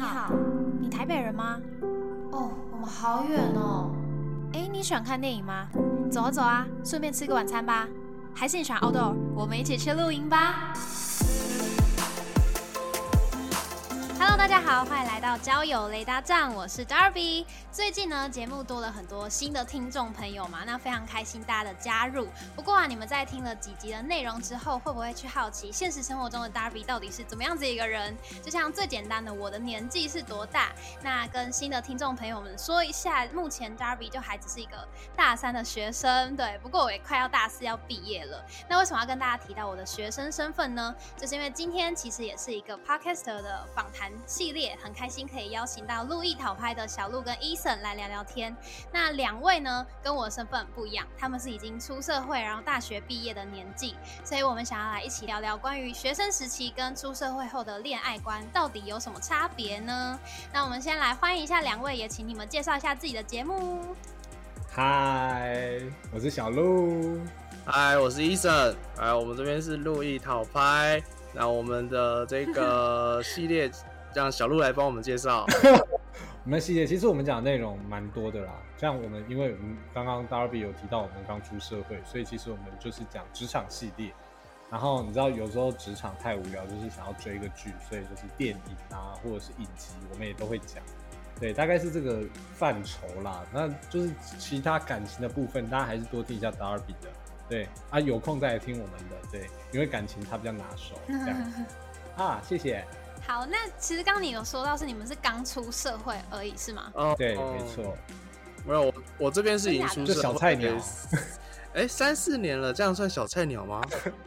好，你台北人吗？ 哦，我们好远哦。 你喜欢看电影吗？走啊走啊，顺便吃个晚餐吧。还是你喜欢 outdoor？ 我们一起去露营吧。Hello， 大家好，欢迎来到交友雷达站，我是 Darby。最近呢，节目多了很多新的听众朋友嘛，那非常开心大家的加入。不过你们在听了几集的内容之后，会不会去好奇现实生活中的 Darby 到底是怎么样子一个人？就像最简单的，我的年纪是多大？那跟新的听众朋友们说一下，目前 Darby 就还只是一个大3的学生，对，不过我也快要大4要毕业了。那为什么要跟大家提到我的学生身份呢？就是因为今天其实也是一个 Podcaster 的访谈系列，很开心可以邀请到路易讨拍的小鹿跟 Eason 来聊聊天。那2位呢，跟我的身份不一样，他们是已经出社会，然后大学毕业的年纪，所以我们想要来一起聊聊关于学生时期跟出社会后的恋爱观到底有什么差别呢？那我们先来欢迎一下2位，也请你们介绍一下自己的节目。 嗨，我是小鹿。 嗨，我是 Eason。我们这边是路易讨拍。那我们的这个系列，让小鹿来帮我们介绍。 我们系列其实我们讲的内容蛮多的啦，像我们因为我们刚刚 Darby 有提到我们刚出社会，所以其实我们就是讲职场系列。然后你知道有时候职场太无聊，就是想要追一个剧，所以就是电影啊或者是影集，我们也都会讲。对，大概是这个范畴啦。那就是其他感情的部分，大家还是多听一下 Darby 的。对啊，有空再来听我们的。对，因为感情他比较拿手，这样啊，谢谢。 好，那其实刚刚你有说到是你们是刚出社会而已，是吗？ 对，没错。 没有，我这边是已经出社会， 就小菜鸟。 3-4年了，这样算小菜鸟吗？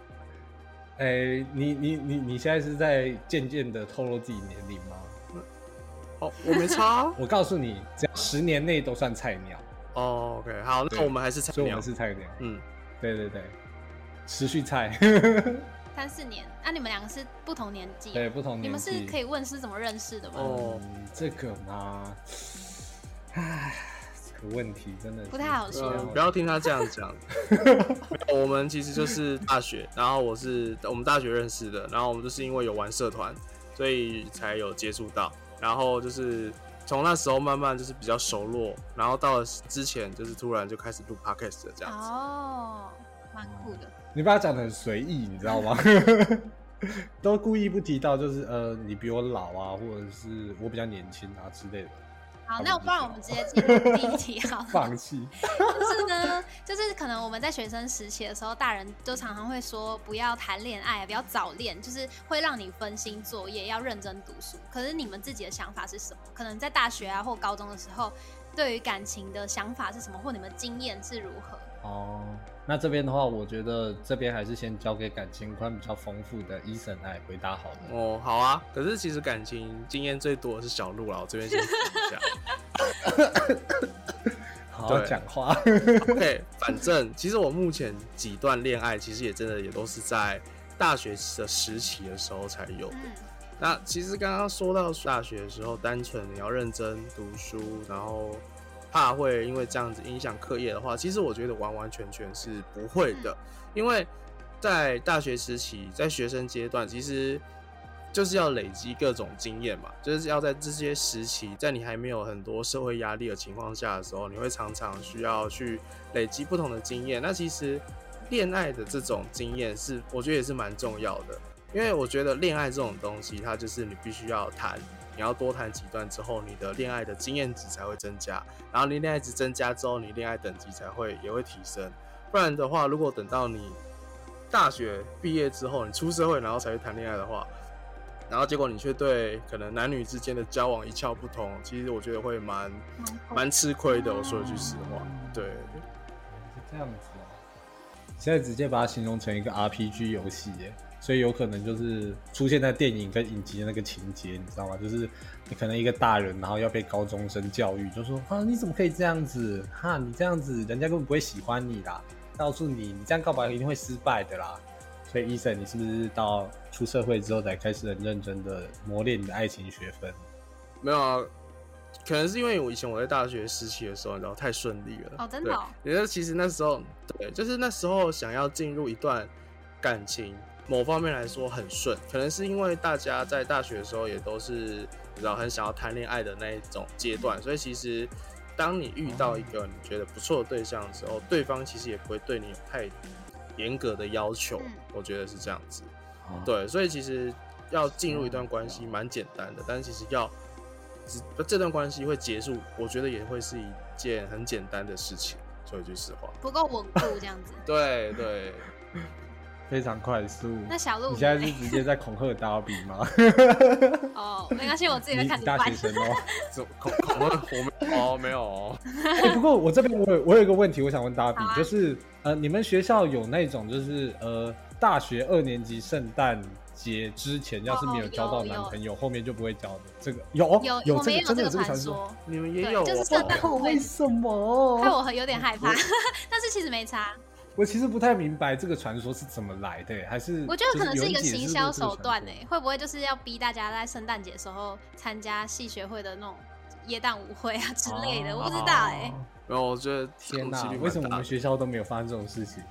你现在是在渐渐的透露自己年龄吗？ 我没差。 我告诉你，只要10年内都算菜鸟。 OK， 好，那我们还是菜鸟。 所以我们是菜鸟。对对对，持续菜。 3-4年，你们2个是不同年纪， 对，不同年纪。 你们是可以问是怎么认识的吗？ 这个嘛，这个问题真的不太好说。 不要听他这样讲。我们其实就是大学，然后我们大学认识的，然后我们就是因为有玩社团，所以才有接触到，然后就是从那时候慢慢就是比较熟络，然后到了之前就是突然就开始录 podcast 这样子。 蛮酷的。 你把它讲得很随意，你知道吗？都故意不提到，就是你比我老啊，或者是我比较年轻啊之类的。 好，那不然我们直接进入第一题好了。 放弃。 就是呢，就是可能我们在学生时期的时候，大人就常常会说不要谈恋爱，不要早恋，就是会让你分心作业，要认真读书。可是你们自己的想法是什么？可能在大学啊或高中的时候，对于感情的想法是什么，或你们经验是如何？ 那这边的话，我觉得这边还是先交给感情观比较丰富的 Eason 来回答好了。 好啊。可是其实感情经验最多的是小鹿啦，我这边先提一下。 好好讲话。 OK， 反正其实我目前几段恋爱，其实也真的也都是在大学的时期的时候才有的。那其实刚刚说到大学的时候，单纯你要认真读书，然后怕会因为这样子影响课业的话，其实我觉得完完全全是不会的。因为在大学时期，在学生阶段，其实就是要累积各种经验嘛，就是要在这些时期，在你还没有很多社会压力的情况下的时候，你会常常需要去累积不同的经验。那其实恋爱的这种经验是，我觉得也是蛮重要的，因为我觉得恋爱这种东西，它就是你必须要谈。你要多谈几段之后，你的恋爱的经验值才会增加，然后你恋爱值增加之后，你恋爱等级也会提升。不然的话，如果等到你大学毕业之后，你出社会然后才去谈恋爱的话，然后结果你却对可能男女之间的交往一窍不通，其实我觉得会蛮吃亏的。我说一句实话，对， 是这样子啊。现在直接把它形容成一个 RPG 游戏耶。所以有可能就是出现在电影跟影集的那个情节，你知道吗？就是你可能一个大人，然后要被高中生教育，就说你怎么可以这样子？你这样子，人家根本不会喜欢你啦！告诉你，你这样告白一定会失败的啦！所以 Eason， 你是不是到出社会之后才开始很认真的磨练你的爱情学分？ 没有啊，可能是因为我以前在大学时期的时候，你知道太顺利了。 真的。 也就是其实那时候，对，就是那时候想要进入一段感情。某方面来说很顺，可能是因为大家在大学的时候也都是你知道很想要谈恋爱的那一种阶段，所以其实当你遇到一个你觉得不错的对象的时候，对方其实也不会对你有太严格的要求，我觉得是这样子。对，所以其实要进入一段关系蛮简单的，但是其实这段关系会结束，我觉得也会是一件很简单的事情。说一句实话， 不够稳固这样子。 对对， 非常快速。 那小鹿， 你现在是直接在恐吓Darby吗？ 哦，没关系，我自己会看你大学生哦。 我没有哦。 不过我这边我有一个问题，我想问Darby，就是你们学校有那种就是大学2年级圣诞节之前要是没有交到男朋友，后面就不会交的。这个有我们也有真的有这个传说， 你们也有， 就是圣诞舞会。 为什么？ 害我有点害怕，但是其实没差。 我其实不太明白这个传说是怎么来的，还是我觉得可能是一个行销手段会不会就是要逼大家在圣诞节的时候参加系学会的那种耶诞舞会啊之类的？我不知道然后我觉得天哪，为什么我们学校都没有发生这种事情？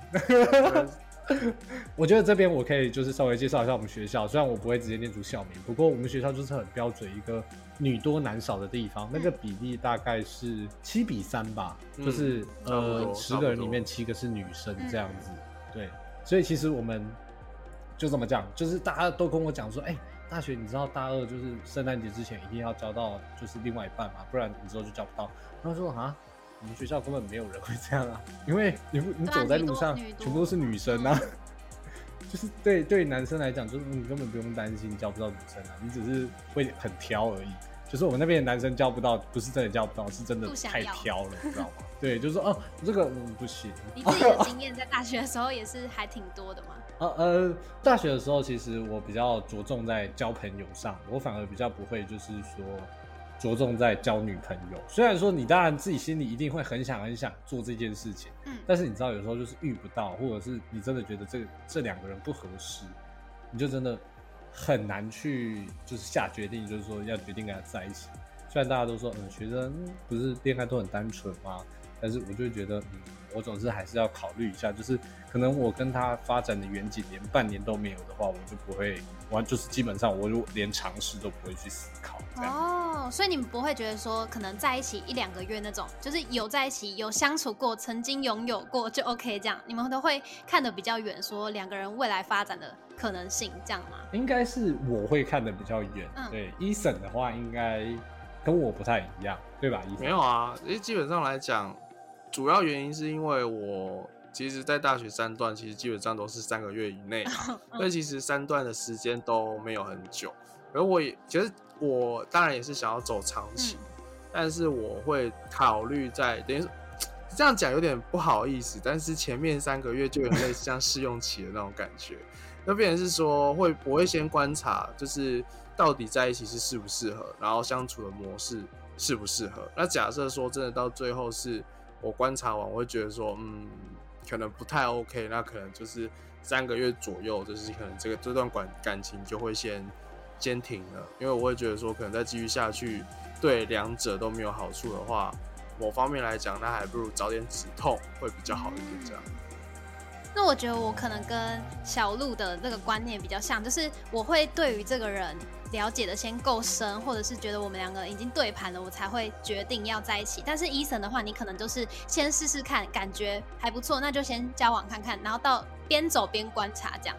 我觉得这边我可以就是稍微介绍一下我们学校，虽然我不会直接念出校名，不过我们学校就是很标准一个女多男少的地方，那个比例大概是7:3吧，就是10个人里面7个是女生这样子。对，所以其实我们就这么讲，就是大家都跟我讲说，大学你知道大2就是圣诞节之前一定要交到就是另外一半嘛，不然你之后就交不到。然后说啊。我们学校根本没有人会这样啊，因为你走在路上全部都是女生啊，就是对男生来讲，就是你根本不用担心交不到女生啊，你只是会很挑而已。就是我们那边的男生交不到，不是真的交不到，是真的太挑了，你知道吗？对，就是说这个不行。 你自己的经验在大学的时候也是还挺多的吗？ 大学的时候其实我比较着重在交朋友上，我反而比较不会就是说。着重在交女朋友，虽然说你当然自己心里一定会很想做这件事情，但是你知道有时候就是遇不到，或者是你真的觉得这2个人不合适，你就真的很难去就是下决定，就是说要决定跟他在一起。虽然大家都说学生不是恋爱都很单纯吗？但是我就会觉得我总是还是要考虑一下，就是可能我跟他发展的远景连半年都没有的话，我就不会，就是基本上我就连尝试都不会去思考。 所以你们不会觉得说可能在一起1-2个月那种，就是有在一起有相处过，曾经拥有过就 OK 这样，你们都会看得比较远，说2个人未来发展的可能性这样吗？应该是我会看得比较远，对，Eason 的话应该跟我不太一样，对吧？Eason 没有啊，因为基本上来讲。主要原因是因为我其实，在大学3段，其实基本上都是3个月以内嘛，所以其实3段的时间都没有很久。而其实我当然也是想要走长期，但是我会考虑等于这样讲有点不好意思，但是前面3个月就有点类似像试用期的那种感觉，那变成是说我会先观察，就是到底在一起是适不适合，然后相处的模式适不适合。那假设说真的到最后是我观察完，我会觉得说，可能不太 OK， 那可能就是3个月左右，就是可能这段感情就会先停了，因为我会觉得说，可能再继续下去，对2者都没有好处的话，某方面来讲，那还不如早点止痛会比较好一点，这样。 那我觉得我可能跟小鹿的那个观念比较像，就是我会对于这个人了解的先够深，或者是觉得我们2个已经对盘了，我才会决定要在一起。但是Eason的话，你可能就是先试试看，感觉还不错，那就先交往看看，然后到边走边观察这样。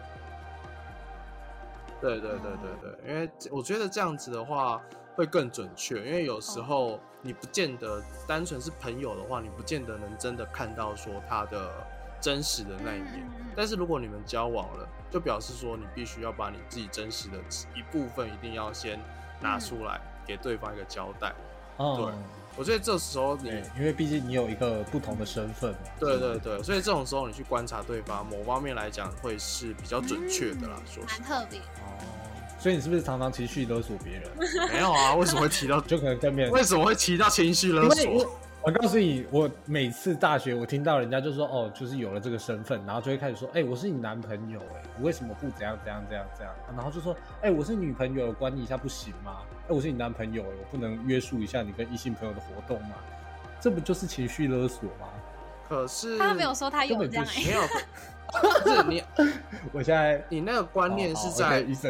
对，因为我觉得这样子的话会更准确，因为有时候你不见得单纯是朋友的话，你不见得能真的看到说他的真实的那一面，但是如果你们交往了，就表示说你必须要把你自己真实的一部分一定要先拿出来给对方一个交代。对，我觉得这时候因为毕竟你有一个不同的身份嘛。 对，所以这种时候你去观察对方，某方面来讲会是比较准确的啦，说实话。 蛮特别。 所以你是不是常常情绪勒索别人？ 没有啊，为什么会提到？ 就可能跟别人为什么会提到情绪勒索？ 我告诉你，我每次大学我听到人家就说就是有了这个身份，然后就会开始说，我是你男朋友，我为什么不怎样，然后就说，我是女朋友，管你一下不行吗？我是你男朋友，我不能约束一下你跟异性朋友的活动吗？这不就是情绪勒索吗？ 可是他没有说他有这样没有，不是你， 我现在你那个观念是在医生。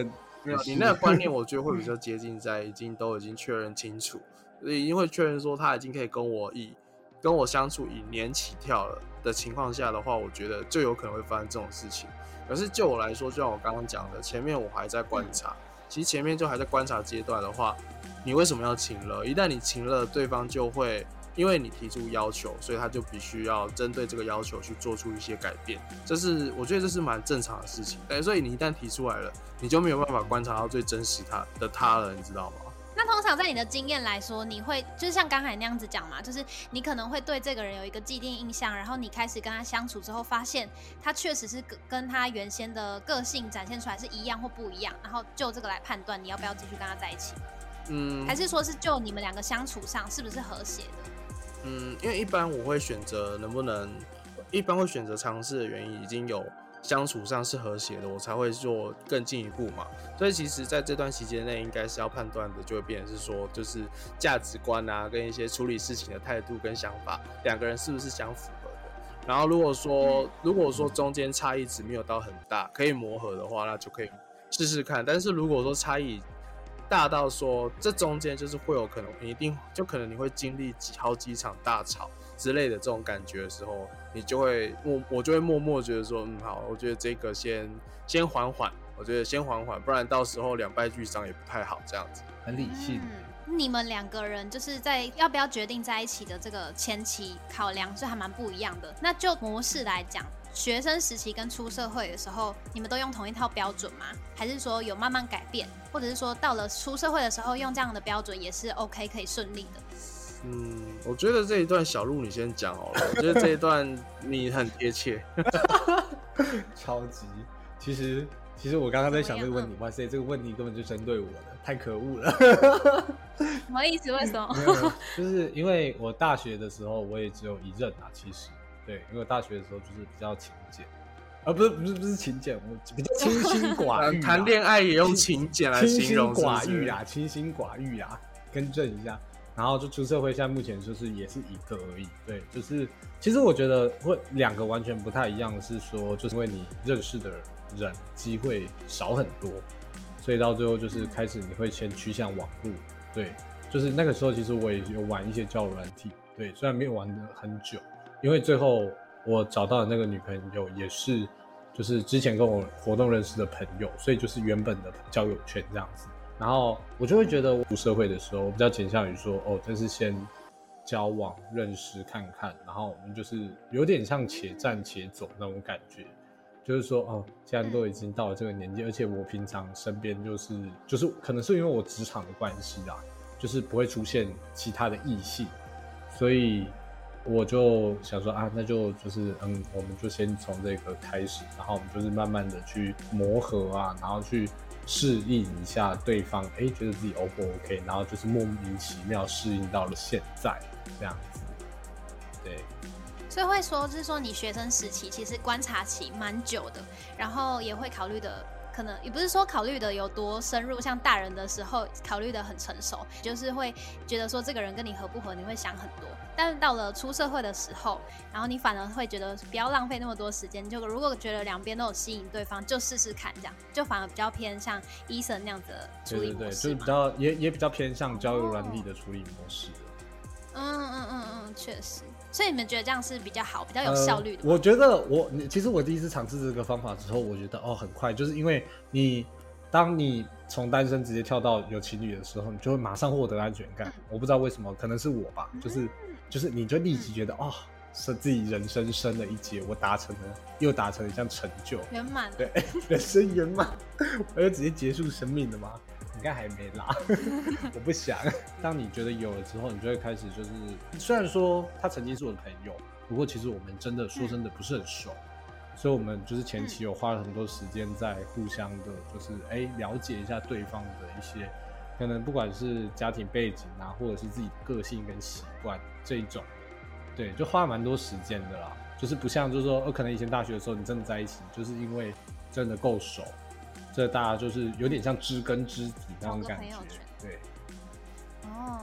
没有，你那个观念，我觉得会比较接近在都已经确认清楚，已经会确认说他已经可以跟我相处以年起跳了的情况下的话，我觉得就有可能会发生这种事情。可是就我来说，就像我刚刚讲的，前面我还在观察，其实前面就还在观察阶段的话，你为什么要情勒？一旦你情勒，对方就会因为你提出要求，所以他就必须要针对这个要求去做出一些改变。我觉得这是蛮正常的事情。对，所以你一旦提出来了，你就没有办法观察到最真实的他了，你知道吗？ 那通常在你的经验来说，你会就是像刚才那样子讲嘛，就是你可能会对这个人有一个既定印象，然后你开始跟他相处之后，发现他确实是跟他原先的个性展现出来是一样或不一样，然后就这个来判断你要不要继续跟他在一起。还是说是就你们两个相处上是不是和谐的？ 因为一般我会选择尝试的原因已经有相处上是和谐的，我才会做更进一步嘛。所以其实在这段期间内，应该是要判断的就会变成是说，就是价值观啊，跟一些处理事情的态度跟想法，两个人是不是相符合的。然后如果说中间差异值没有到很大，可以磨合的话，那就可以试试看。但是如果说差异大到说这中间就是会有可能你一定就可能你会经历好几场大吵之类的这种感觉的时候，我就会默默觉得说，好，我觉得这个先缓缓，我觉得先缓缓，不然到时候两败俱伤也不太好，这样子。 很理性。 你们两个人就是在要不要决定在一起的这个前期考量是还蛮不一样的。那就模式来讲，学生时期跟出社会的时候，你们都用同一套标准吗？还是说有慢慢改变，或者是说到了出社会的时候用这样的标准也是 OK 可以顺利的？ 我觉得这一段小鹿你先讲好了，我觉得这一段你很贴切。 超级，其实我刚刚在想这个问题，哇塞，这个问题根本就针对我的，太可恶了。 什么意思？为什么？ 就是因为我大学的时候我也只有一任啊，其实对，因为我大学的时候就是比较勤俭，不是勤俭，我比较清心寡欲。 谈恋爱也用勤俭来形容， 清心寡欲啊，清心寡欲啊，更正一下。然后就出社会，现在目前就是也是一个而已。对，就是其实我觉得会两个完全不太一样的是说，就是因为你认识的人机会少很多，所以到最后就是开始你会先趋向网路。对，就是那个时候其实我也有玩一些交友软体，对，虽然没有玩的很久，因为最后我找到的那个女朋友也是就是之前跟我活动认识的朋友，所以就是原本的交友圈这样子。然后我就会觉得我出社会的时候，我比较倾向于说，这是先交往认识看看，然后我们就是有点像且战且走那种感觉，就是说既然都已经到了这个年纪，而且我平常身边就是可能是因为我职场的关系啦，就是不会出现其他的异性，所以我就想说那就是我们就先从这个开始，然后我们就是慢慢的去磨合啊，然后去适应一下对方，觉得自己 O 不 OK， 然后就是莫名其妙适应到了现在这样子，对。 所以会说，就是说你学生时期其实观察期蛮久的，然后也会考虑的，可能也不是说考虑的有多深入，像大人的时候考虑的很成熟，就是会觉得说这个人跟你合不合，你会想很多。但是到了出社会的时候，然后你反而会觉得不要浪费那么多时间，就如果觉得两边都有吸引对方，就试试看，这样就反而比较偏向Eason那样子的处理模式。对， 就是比较也比较偏向交友软体的处理模式的。 确实。所以你们觉得这样是比较好，比较有效率的吗？ 我觉得其实我第一次尝试这个方法之后，我觉得很快，就是因为当你从单身直接跳到有情侣的时候，你就会马上获得安全感。我不知道为什么，可能是我吧，就是你就立即觉得是自己人生升了一阶，我又达成了一项成就， 圆满， 对，人生圆满，我就直接结束生命了吗？应该还没啦，我不想。当你觉得有了之后，你就会开始就是，虽然说他曾经是我的朋友，不过其实我们说真的不是很熟，所以我们就是前期有花了很多时间在互相的，就是了解一下对方的一些，可能不管是家庭背景啊，或者是自己的个性跟习惯这一种，对，就花了蛮多时间的啦。就是不像就是说，可能以前大学的时候你真的在一起，就是因为真的够熟。这大家就是有点像知根知底那种感觉，对。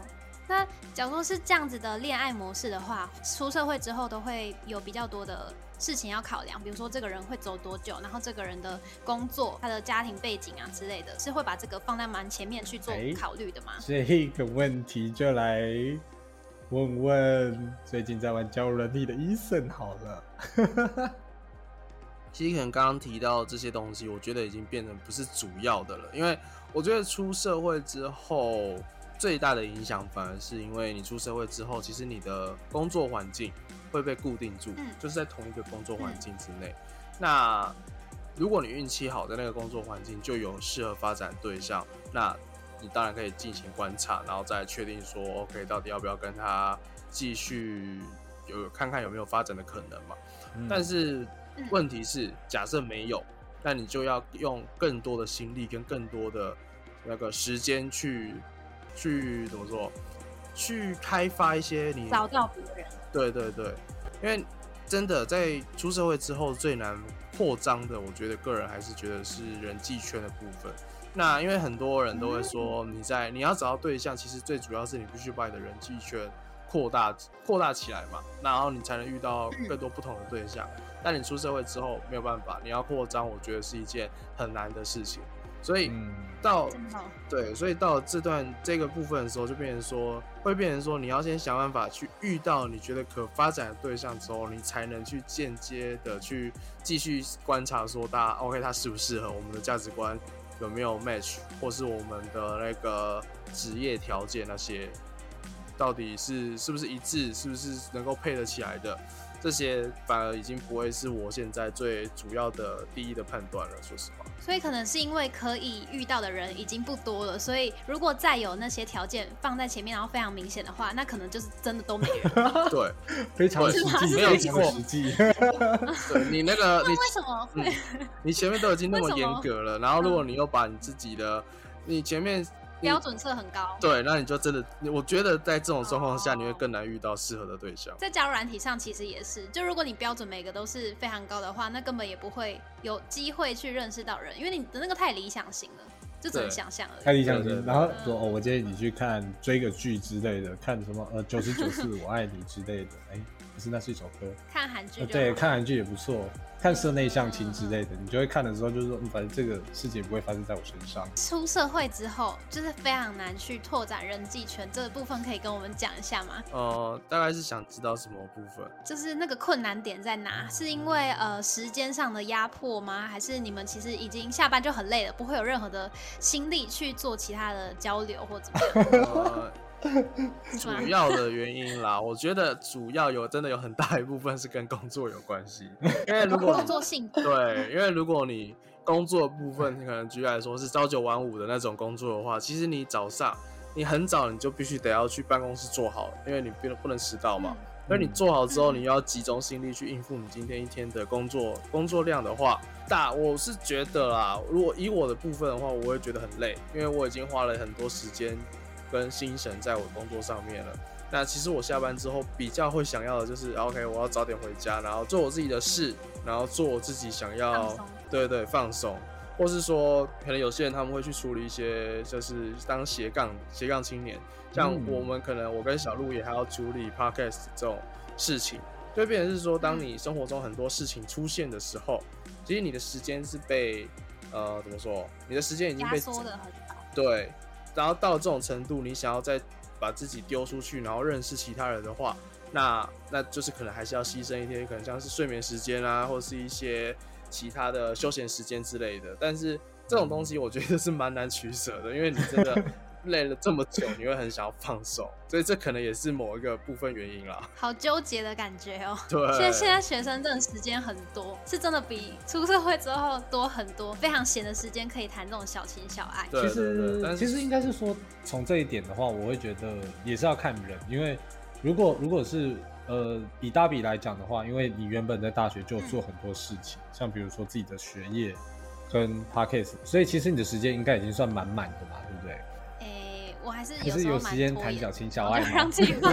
那假如说是这样子的恋爱模式的话，出社会之后都会有比较多的事情要考量，比如说这个人会走多久，然后这个人的工作、他的家庭背景啊之类的，是会把这个放在蛮前面去做考虑的吗？ 这个问题就来问问最近在玩交友软体的Ethan好了。 其实可能刚刚提到这些东西，我觉得已经变成不是主要的了，因为我觉得出社会之后最大的影响反而是因为你出社会之后，其实你的工作环境会被固定住，就是在同一个工作环境之内。那如果你运气好，在那个工作环境就有适合发展对象，那你当然可以进行观察，然后再确定说 OK 到底要不要跟他继续看看有没有发展的可能嘛。但是问题是，假设没有，那你就要用更多的心力跟更多的那个时间去怎么说？去开发一些你找到别人。 对对对，因为真的在出社会之后最难扩张的，我觉得个人还是觉得是人际圈的部分。那因为很多人都会说，你要找到对象，其实最主要是你必须把你的人际圈扩大起来嘛，然后你才能遇到更多不同的对象。但你出社会之后没有办法，你要扩张，我觉得是一件很难的事情。所以所以到这个部分的时候，就变成说，你要先想办法去遇到你觉得可发展的对象之后，你才能去间接的去继续观察说大家 OK 他适不适合我们的价值观，有没有 match， 或是我们的那个职业条件那些到底是不是一致，是不是能够配得起来的。这些反而已经不会是我现在最主要的第一的判断了，说实话。 所以可能是因为可以遇到的人已经不多了，所以如果再有那些条件放在前面，然后非常明显的话，那可能就是真的都没人。 对， 非常实际， 没有错， 实际。 对你那个， 为什么会？ 你前面都已经那么严格了，然后如果你又把你自己的，你前面标准设很高， 对，那你就真的，我觉得在这种状况下，你会更难遇到适合的对象。 在交友软体上，其实也是，就如果你标准每个都是非常高的话，那根本也不会有机会去认识到人，因为你的那个太理想型了，就只能想象而已。 太理想型，然后说我建议你去追个剧之类的，看什么99.4我爱你之类的，不是，那是一首歌。 看韩剧对，看韩剧也不错。看社内相亲之类的，你就会看的时候就是说，反正这个事情不会发生在我身上。 出社会之后，就是非常难去拓展人际圈，这个部分可以跟我们讲一下吗？ 大概是想知道什么部分？ 就是那个困难点在哪？是因为时间上的压迫吗？还是你们其实已经下班就很累了，不会有任何的心力去做其他的交流或怎么样？ 主要的原因啦，我觉得真的有很大一部分是跟工作有关系，因为如果工作性对，因为如果你工作的部分可能举例来说是朝9晚5的那种工作的话，其实你早上你很早你就必须得要去办公室坐好，因为你不能迟到嘛。那你做好之后，你要集中心力去应付你今天一天的工作量的话，我是觉得啦，如果以我的部分的话，我会觉得很累，因为我已经花了很多时间跟心神在我工作上面了。那其实我下班之后比较会想要的就是 OK， 我要早点回家，然后做我自己的事，然后做我自己想要对放松，或是说可能有些人他们会去处理一些就是当斜杠青年，像我们可能我跟小鹿也还要处理 podcast 这种事情，就会变成是说当你生活中很多事情出现的时候，其实你的时间是被怎么说，你的时间已经被压缩的很少， 对。然后到了这种程度，你想要再把自己丢出去，然后认识其他人的话，那就是可能还是要牺牲一些，可能像是睡眠时间啊，或是一些其他的休闲时间之类的。但是这种东西我觉得是蛮难取舍的，因为你真的累了这么久，你会很想要放手，所以这可能也是某一个部分原因啦。 好纠结的感觉哦。 对， 现在学生真的时间很多，是真的比出社会之后多很多，非常闲的时间可以谈这种小情小爱。 其实应该是说，从这一点的话，我会觉得也是要看人，因为如果是以大比来讲的话，因为你原本在大学就有做很多事情，像比如说自己的学业跟 podcast， 所以其实你的时间应该已经算满满的嘛，对不对？ 我还是有时间谈小情小爱吗？ 让自己放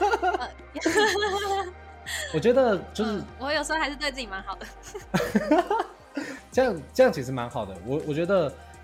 我觉得就是、 我有时候还是对自己蛮好的。 这样其实蛮好的。我觉得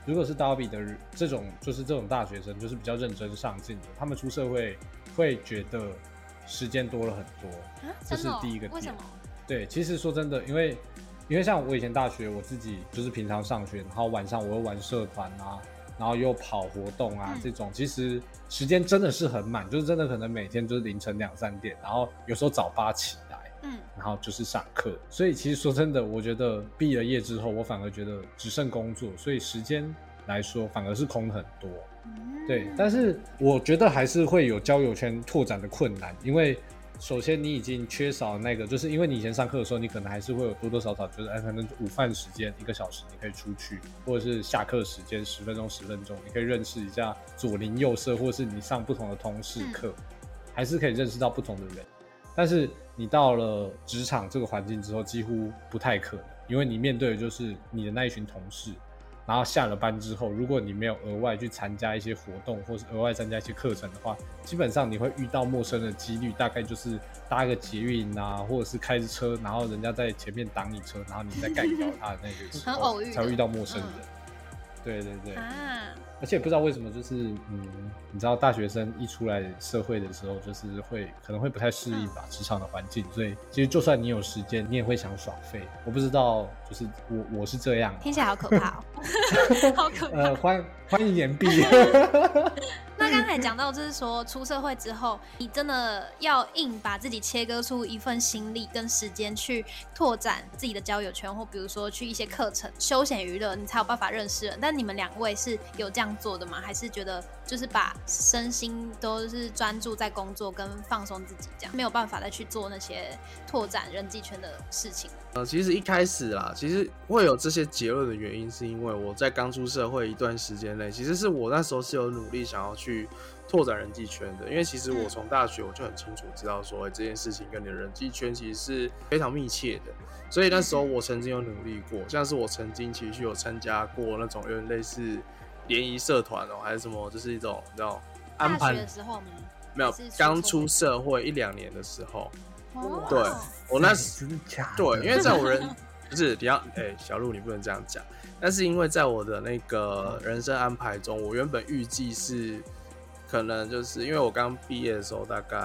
如果是 Darby 的这种大学生，就是比较认真上进的，他们出社会会觉得时间多了很多，这是第一个点。 为什么？ 对，其实说真的，因为像我以前大学，我自己就是平常上学，然后晚上我又玩社团啊，然后又跑活动啊，这种其实时间真的是很满，就是真的可能每天就是凌晨2、3点，然后有时候早8起来，然后就是上课。所以其实说真的，我觉得毕了业之后，我反而觉得只剩工作，所以时间来说反而是空很多。对，但是我觉得还是会有交友圈拓展的困难，因为首先你已经缺少那个，就是因为你以前上课的时候，你可能还是会有多多少少就是可能午饭时间1个小时你可以出去，或者是下课时间10分钟10分钟，你可以认识一下左邻右舍，或者是你上不同的通识课，还是可以认识到不同的人。但是你到了职场这个环境之后，几乎不太可能，因为你面对的就是你的那一群同事。然后下了班之后，如果你没有额外去参加一些活动，或是额外参加一些课程的话，基本上你会遇到陌生的几率大概就是搭一个捷运啊，或者是开着车，然后人家在前面挡你车，然后你再干掉他的那个时候才会遇到陌生人。对对对，而且不知道为什么，就是你知道大学生一出来社会的时候，就是可能会不太适应吧职场的环境，所以其实就算你有时间，你也会想耍废。我不知道，就是我是这样， 听起来好可怕哦，好可怕。 欢迎延毕。 那刚才讲到，就是说出社会之后，你真的要硬把自己切割出一份心力跟时间去拓展自己的交友圈，或比如说去一些课程、休闲娱乐，你才有办法认识人。但你们2位是有这样做的吗？还是觉得就是把身心都是专注在工作跟放松自己，这样没有办法再去做那些拓展人际圈的事情？ 其实一开始啦，其实会有这些结论的原因，是因为我在刚出社会一段时间内，其实是我那时候是有努力想要去拓展人际圈的。因为其实我从大学我就很清楚知道说，这件事情跟你的人际圈其实是非常密切的。所以那时候我曾经有努力过，像是我曾经其实有参加过那种有点类似联谊社团还是什么，就是一种你知道安排大学的时候吗？ 没有，刚出社会1、2年的时候。对，我那时对，因为在我不是你要小鹿你不能这样讲，但是因为在我的那个人生安排中，我原本预计是可能就是因为我刚毕业的时候大概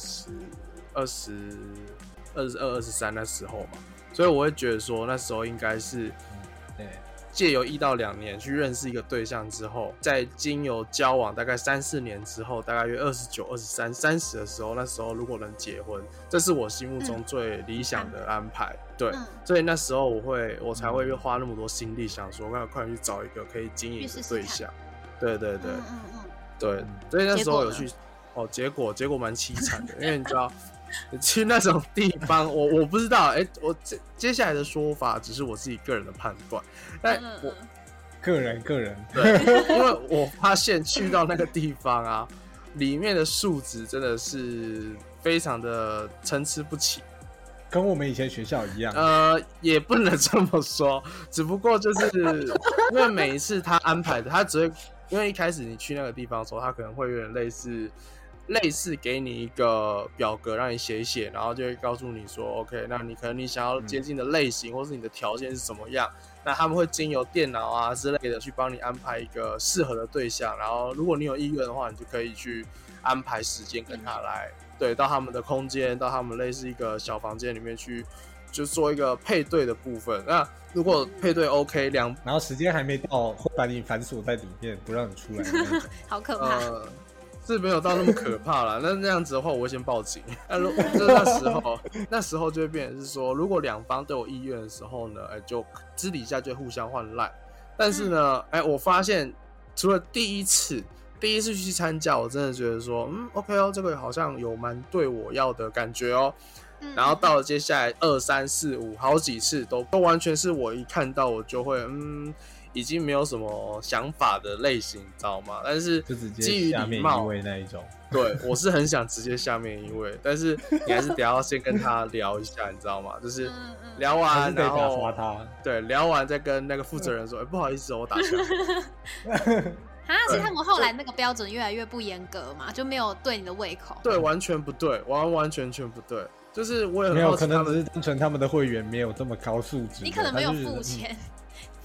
22、23那时候嘛，所以我会觉得说那时候应该是借由1到2年去认识一个对象之后，在经由交往大概3、4年之后，大概约29、23、30的时候，那时候如果能结婚，这是我心目中最理想的安排。对，所以那时候我才会花那么多心力，想说快点去找一个可以经营的对象。对对对，对，所以那时候有去结果蛮凄惨的，因为你知道。去那种地方，我不知道，我接下来的说法只是我自己个人的判断，但我个人对，因为我发现去到那个地方啊，里面的素质真的是非常的参差不齐， 跟我们以前学校一样。 也不能这么说，只不过就是因为每一次他安排的，他只会因为一开始你去那个地方的时候，他可能会有点类似给你一个表格让你写一写，然后就会告诉你说 OK， 那你想要接近的类型或是你的条件是怎么样，那他们会经由电脑啊之类的去帮你安排一个适合的对象，然后如果你有意愿的话，你就可以去安排时间跟他来对到他们的空间，到他们类似一个小房间里面去就做一个配对的部分。那如果配对 OK 然后时间还没到，会把你反锁在里面不让你出来的那种好可怕。 是没有到那么可怕啦，那样子的话，我会先报警。那时候就会变成是说，如果2方都有意愿的时候呢，就私底下就互相换赖。但是呢，我发现除了第一次去参加，我真的觉得说，OK 这个好像有蛮对我要的感觉哦。然后到了接下来2、3、4、5好几次都完全是我一看到我就会已经没有什么想法的类型，你知道吗？但是基于礼貌那一种， 对，我是很想直接下面一位，但是你还是得要先跟他聊一下，你知道吗？就是聊完，然后对，聊完再跟那个负责人说，不好意思我打枪。 所以他们后来那个标准越来越不严格嘛，就没有对你的胃口。 对，完全不对，完全不对。就是我也很没有，可能只是单纯他们的会员没有这么高素质。 你可能没有付钱。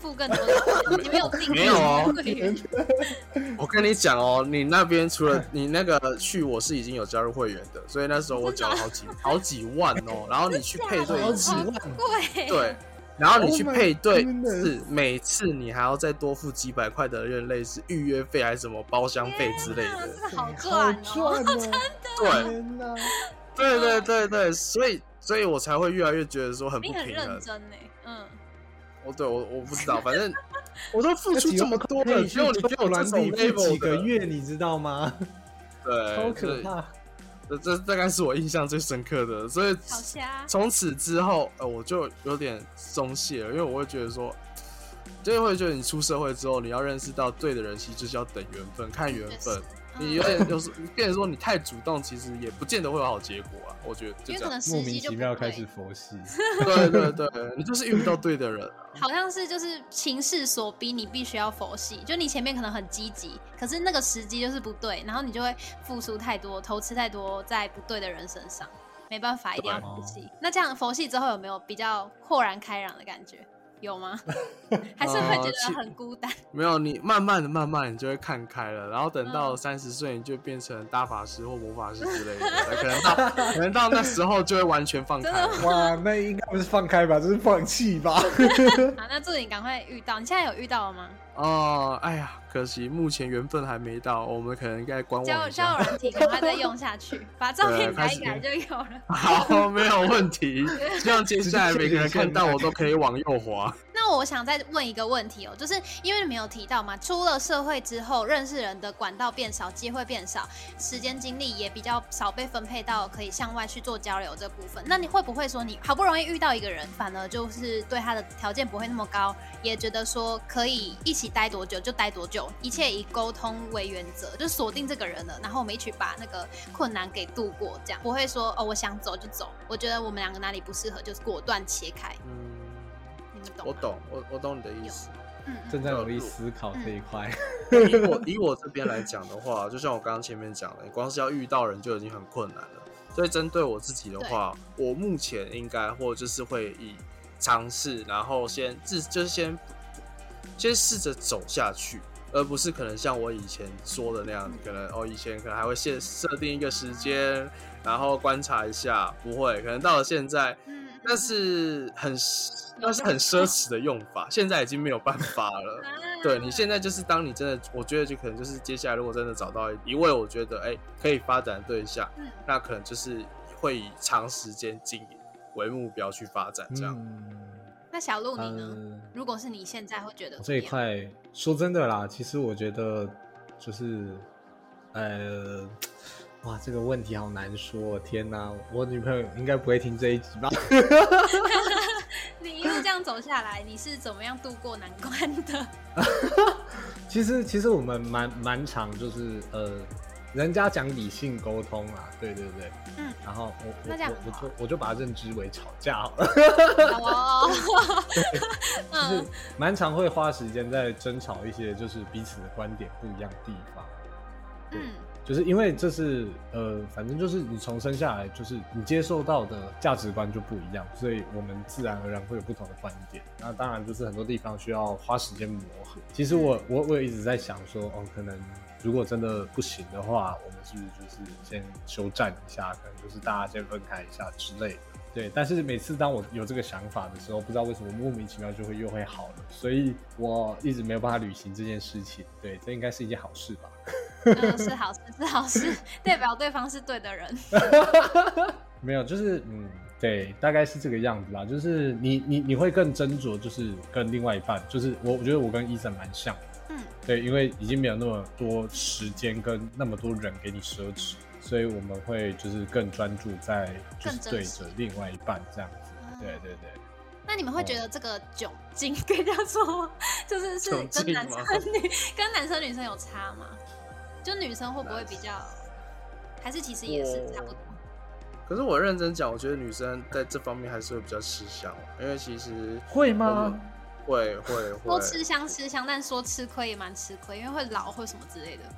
付更多的钱，你没有订没有哦会员。 我跟你讲哦，你那边除了你那个去，我是已经有加入会员的，所以那时候我缴了好几万哦，然后你去配对一次， 贵。 对。然后你去配对 Oh my goodness 是每次你还要再多付几百块的人类是预约费还是什么包厢费之类的， 这个好赚哦， 真的。天哪！ 对，所以我才会越来越觉得说很不你很平衡。 认真哎， 我不知道，反正我都付出这么多了，只有你给我这种软体 level 几个的， 月，你知道吗？ 对， 超可怕。 这大概是我印象最深刻的，所以好瞎。 从此之后，我就有点松懈了，因为我会觉得说，就会觉得你出社会之后，你要认识到对的人，其实就是要等缘分，看缘分。你有点就是变成说你太主动，其实也不见得会有好结果啊。我觉得就这样， 莫名其妙开始佛系。 对，你就是遇不到对的人。 好像是就是情势所逼，你必须要佛系。就你前面可能很积极，可是那个时机就是不对，然后你就会付出太多，投资太多在不对的人身上，没办法，一定要佛系。那这样佛系之后有没有比较豁然开朗的感觉？有吗？还是会觉得很孤单？ 没有，你慢慢的，你就会看开了，然后等到30岁，你就变成大法师或魔法师之类的，可能到那时候就会完全放开了。 哇，那应该不是放开吧，这是放弃吧？ 好，那祝你赶快遇到，你现在有遇到了吗？ 哦，哎呀，可惜目前缘分还没到，我们可能应该观望一下。 交友软体赶快再用下去，把照片改一改就有了。 好，没有问题。希望接下来每个人看到我都可以往右滑。 那我想再问一个问题哦，就是因为你们有提到嘛，出了社会之后，认识人的管道变少，机会变少，时间精力也比较少被分配到可以向外去做交流这部分。那你会不会说，你好不容易遇到一个人，反而就是对他的条件不会那么高，也觉得说可以一起待多久就待多久，一切以沟通为原则，就锁定这个人了，然后我们一起把那个困难给度过，这样不会说我想走就走，我觉得我们两个哪里不适合，就是果断切开。 我懂你的意思。 正在努力思考这一块。 以我这边来讲的话，就像我刚刚前面讲的，你光是要遇到人就已经很困难了。所以针对我自己的话，我目前应该或就是会以尝试，然后先试着走下去，而不是可能像我以前说的那样，可能以前可能还会设定一个时间，然后观察一下，不会，可能到了现在。那是很奢侈的用法，现在已经没有办法了。对，你现在就是当你真的，我觉得就可能就是接下来如果真的找到一位我觉得可以发展的对象，那可能就是会以长时间经营为目标去发展这样。 那小鹿你呢？如果是你现在会觉得这一块，说真的啦，其实我觉得就是哇，这个问题好难说，天哪！我女朋友应该不会听这一集吧？ 你一路这样走下来，你是怎么样度过难关的？ 其实我们蛮常就是人家讲理性沟通啦，对，然后我就把它认知为吵架好了。就是蛮常会花时间在争吵一些就是彼此的观点不一样的地方。就是因为这是反正就是你从生下来就是你接受到的价值观就不一样，所以我们自然而然会有不同的观点。那当然就是很多地方需要花时间磨合。其实我也一直在想说，可能如果真的不行的话，我们是不是就是先休战一下，可能就是大家先分开一下之类的。对，但是每次当我有这个想法的时候，不知道为什么莫名其妙又会好了，所以我一直没有办法履行这件事情。对，这应该是一件好事吧？ 是好事，代表对方是对的人。 没有，就是对，大概是这个样子啦。就是你会更斟酌，就是跟另外一半，就是我觉得我跟Ethan蛮像的。对，因为已经没有那么多时间跟那么多人给你奢侈。所以我们会就是更专注在就是对着另外一半这样子，对。 那你们会觉得这个窘境可以这样说吗？就是跟男生女生有差吗？就女生会不会比较，还是其实也是差不多？ 可是我认真讲，我觉得女生在这方面还是会比较吃香，因为其实会吗？ 会。 说吃香，但说吃亏也蛮吃亏，因为会老或什么之类的。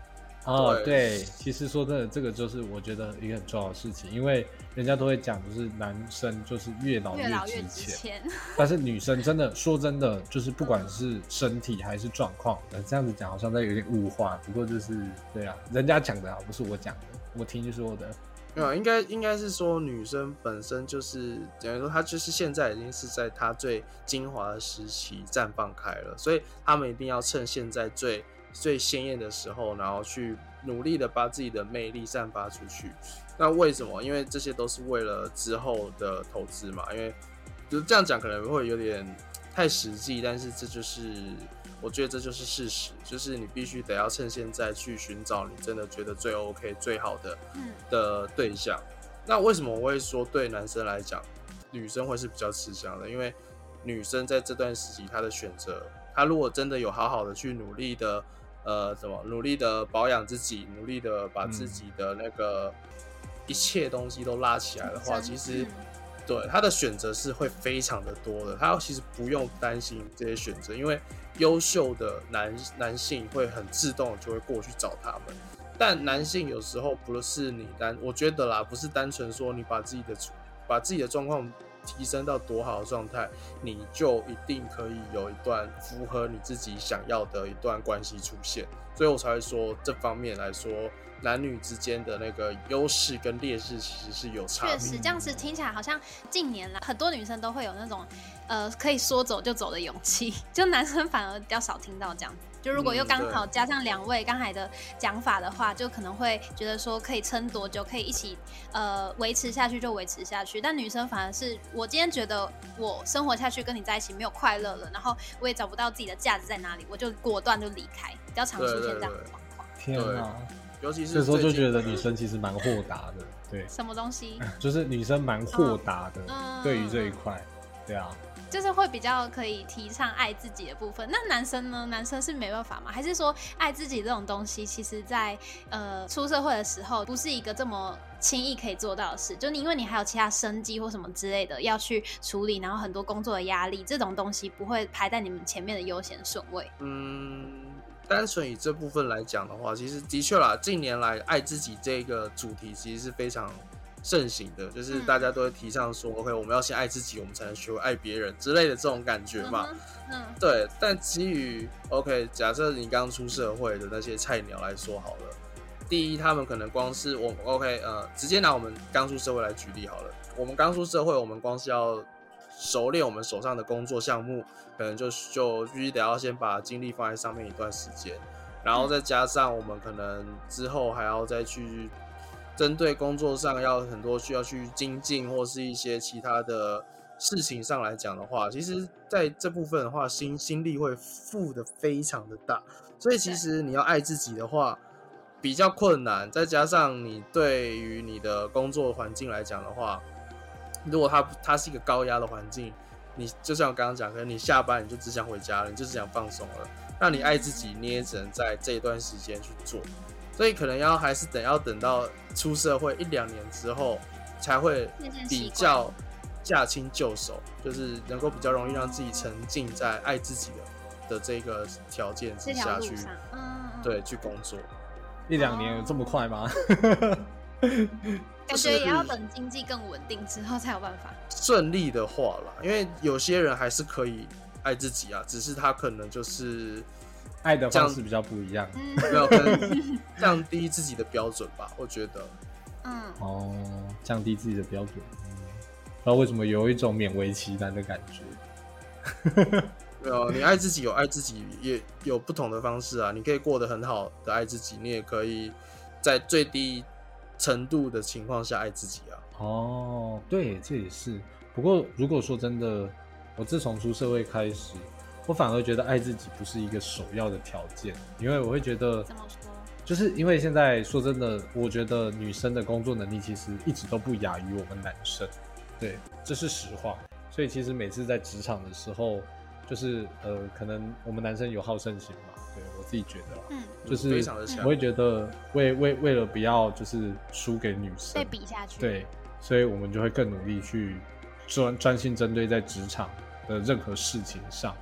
对，其实说真的，这个就是我觉得一个很重要的事情，因为人家都会讲，就是男生就是越老越值钱，但是女生真的说真的，就是不管是身体还是状况，这样子讲好像在有点物化，不过就是对啊，人家讲的啊，不是我讲的，我听说的。 没有，应该是说女生本身就是等于说她就是现在已经是在她最精华的时期绽放开了，所以她们一定要趁现在最鲜艳的时候，然后去努力的把自己的魅力散发出去。那为什么？因为这些都是为了之后的投资嘛。因为就是这样讲可能会有点太实际，但是这就是我觉得这就是事实，就是你必须得要趁现在去寻找你真的觉得最 OK 最好的对象。那为什么我会说对男生来讲，女生会是比较吃香的？因为女生在这段时期她的选择，她如果真的有好好的去努力的努力的保养自己，努力的把自己的那个一切东西都拉起来的话，其实对他的选择是会非常的多的。他其实不用担心这些选择，因为优秀的男性会很自动的就会过去找他们。但男性有时候不是我觉得啦，不是单纯说你把自己的状况提升到多好的状态，你就一定可以有一段符合你自己想要的一段关系出现。所以我才会说这方面来说，男女之间的那个优势跟劣势其实是有差别。 确实，这样子听起来好像近年来很多女生都会有那种可以说走就走的勇气，就男生反而比较少听到这样子。就如果又刚好加上两位刚才的讲法的话，就可能会觉得说可以撑多久，可以一起维持下去就维持下去。但女生反而是我今天觉得我生活下去跟你在一起没有快乐了，然后我也找不到自己的价值在哪里，我就果断就离开，比较常出现这样的状况。 天哪！ 尤其是这时候就觉得女生其实蛮豁达的，对。 什么东西？ 就是女生蛮豁达的，对于这一块，对啊。 就是会比较可以提倡爱自己的部分。那男生呢？男生是没办法吗？还是说爱自己这种东西，其实在出社会的时候，不是一个这么轻易可以做到的事？就因为你还有其他生计或什么之类的要去处理，然后很多工作的压力，这种东西不会排在你们前面的优先顺位。 单纯以这部分来讲的话，其实的确啦，近年来爱自己这个主题其实是非常盛行的，就是大家都会提倡说，OK， 我们要先爱自己，我们才能学会爱别人之类的这种感觉嘛。对。但基于 OK， 假设你刚出社会的那些菜鸟来说好了，第一，他们可能光是直接拿我们刚出社会来举例好了。我们刚出社会，我们光是要熟练我们手上的工作项目，可能就必须得要先把精力放在上面一段时间，然后再加上我们可能之后还要再去针对工作上要很多需要去精进或是一些其他的事情上来讲的话，其实在这部分的话心力会付得非常的大，所以其实你要爱自己的话比较困难。再加上你对于你的工作环境来讲的话，如果它是一个高压的环境，你就像我刚刚讲，可能你下班你就只想回家了，你就只想放松了，那你爱自己你也只能在这一段时间去做。所以可能还是等到出社会1-2年之后，才会比较驾轻就熟，就是能够比较容易让自己沉浸在爱自己的这个条件之下去，对，去工作。 1-2年有这么快吗？ 感觉也要等经济更稳定之后才有办法。 顺利的话啦，因为有些人还是可以爱自己啊，只是他可能就是爱的方式比较不一样， 没有可能降低自己的标准吧，我觉得。 降低自己的标准，不知道为什么有一种勉为其难的感觉。 没有，你爱自己有爱自己也有不同的方式啊，你可以过得很好的爱自己，你也可以在最低程度的情况下爱自己啊。 对，这也是。不过如果说真的，我自从出社会开始，我反而觉得爱自己不是一个首要的条件，因为我会觉得， 怎么说？ 就是因为现在说真的，我觉得女生的工作能力其实一直都不亚于我们男生，对，这是实话。所以其实每次在职场的时候，就是可能我们男生有好胜心嘛，对我自己觉得啦，就是非常的强。 我会觉得为了不要就是输给女生被比下去， 对，所以我们就会更努力去专心针对在职场的任何事情上。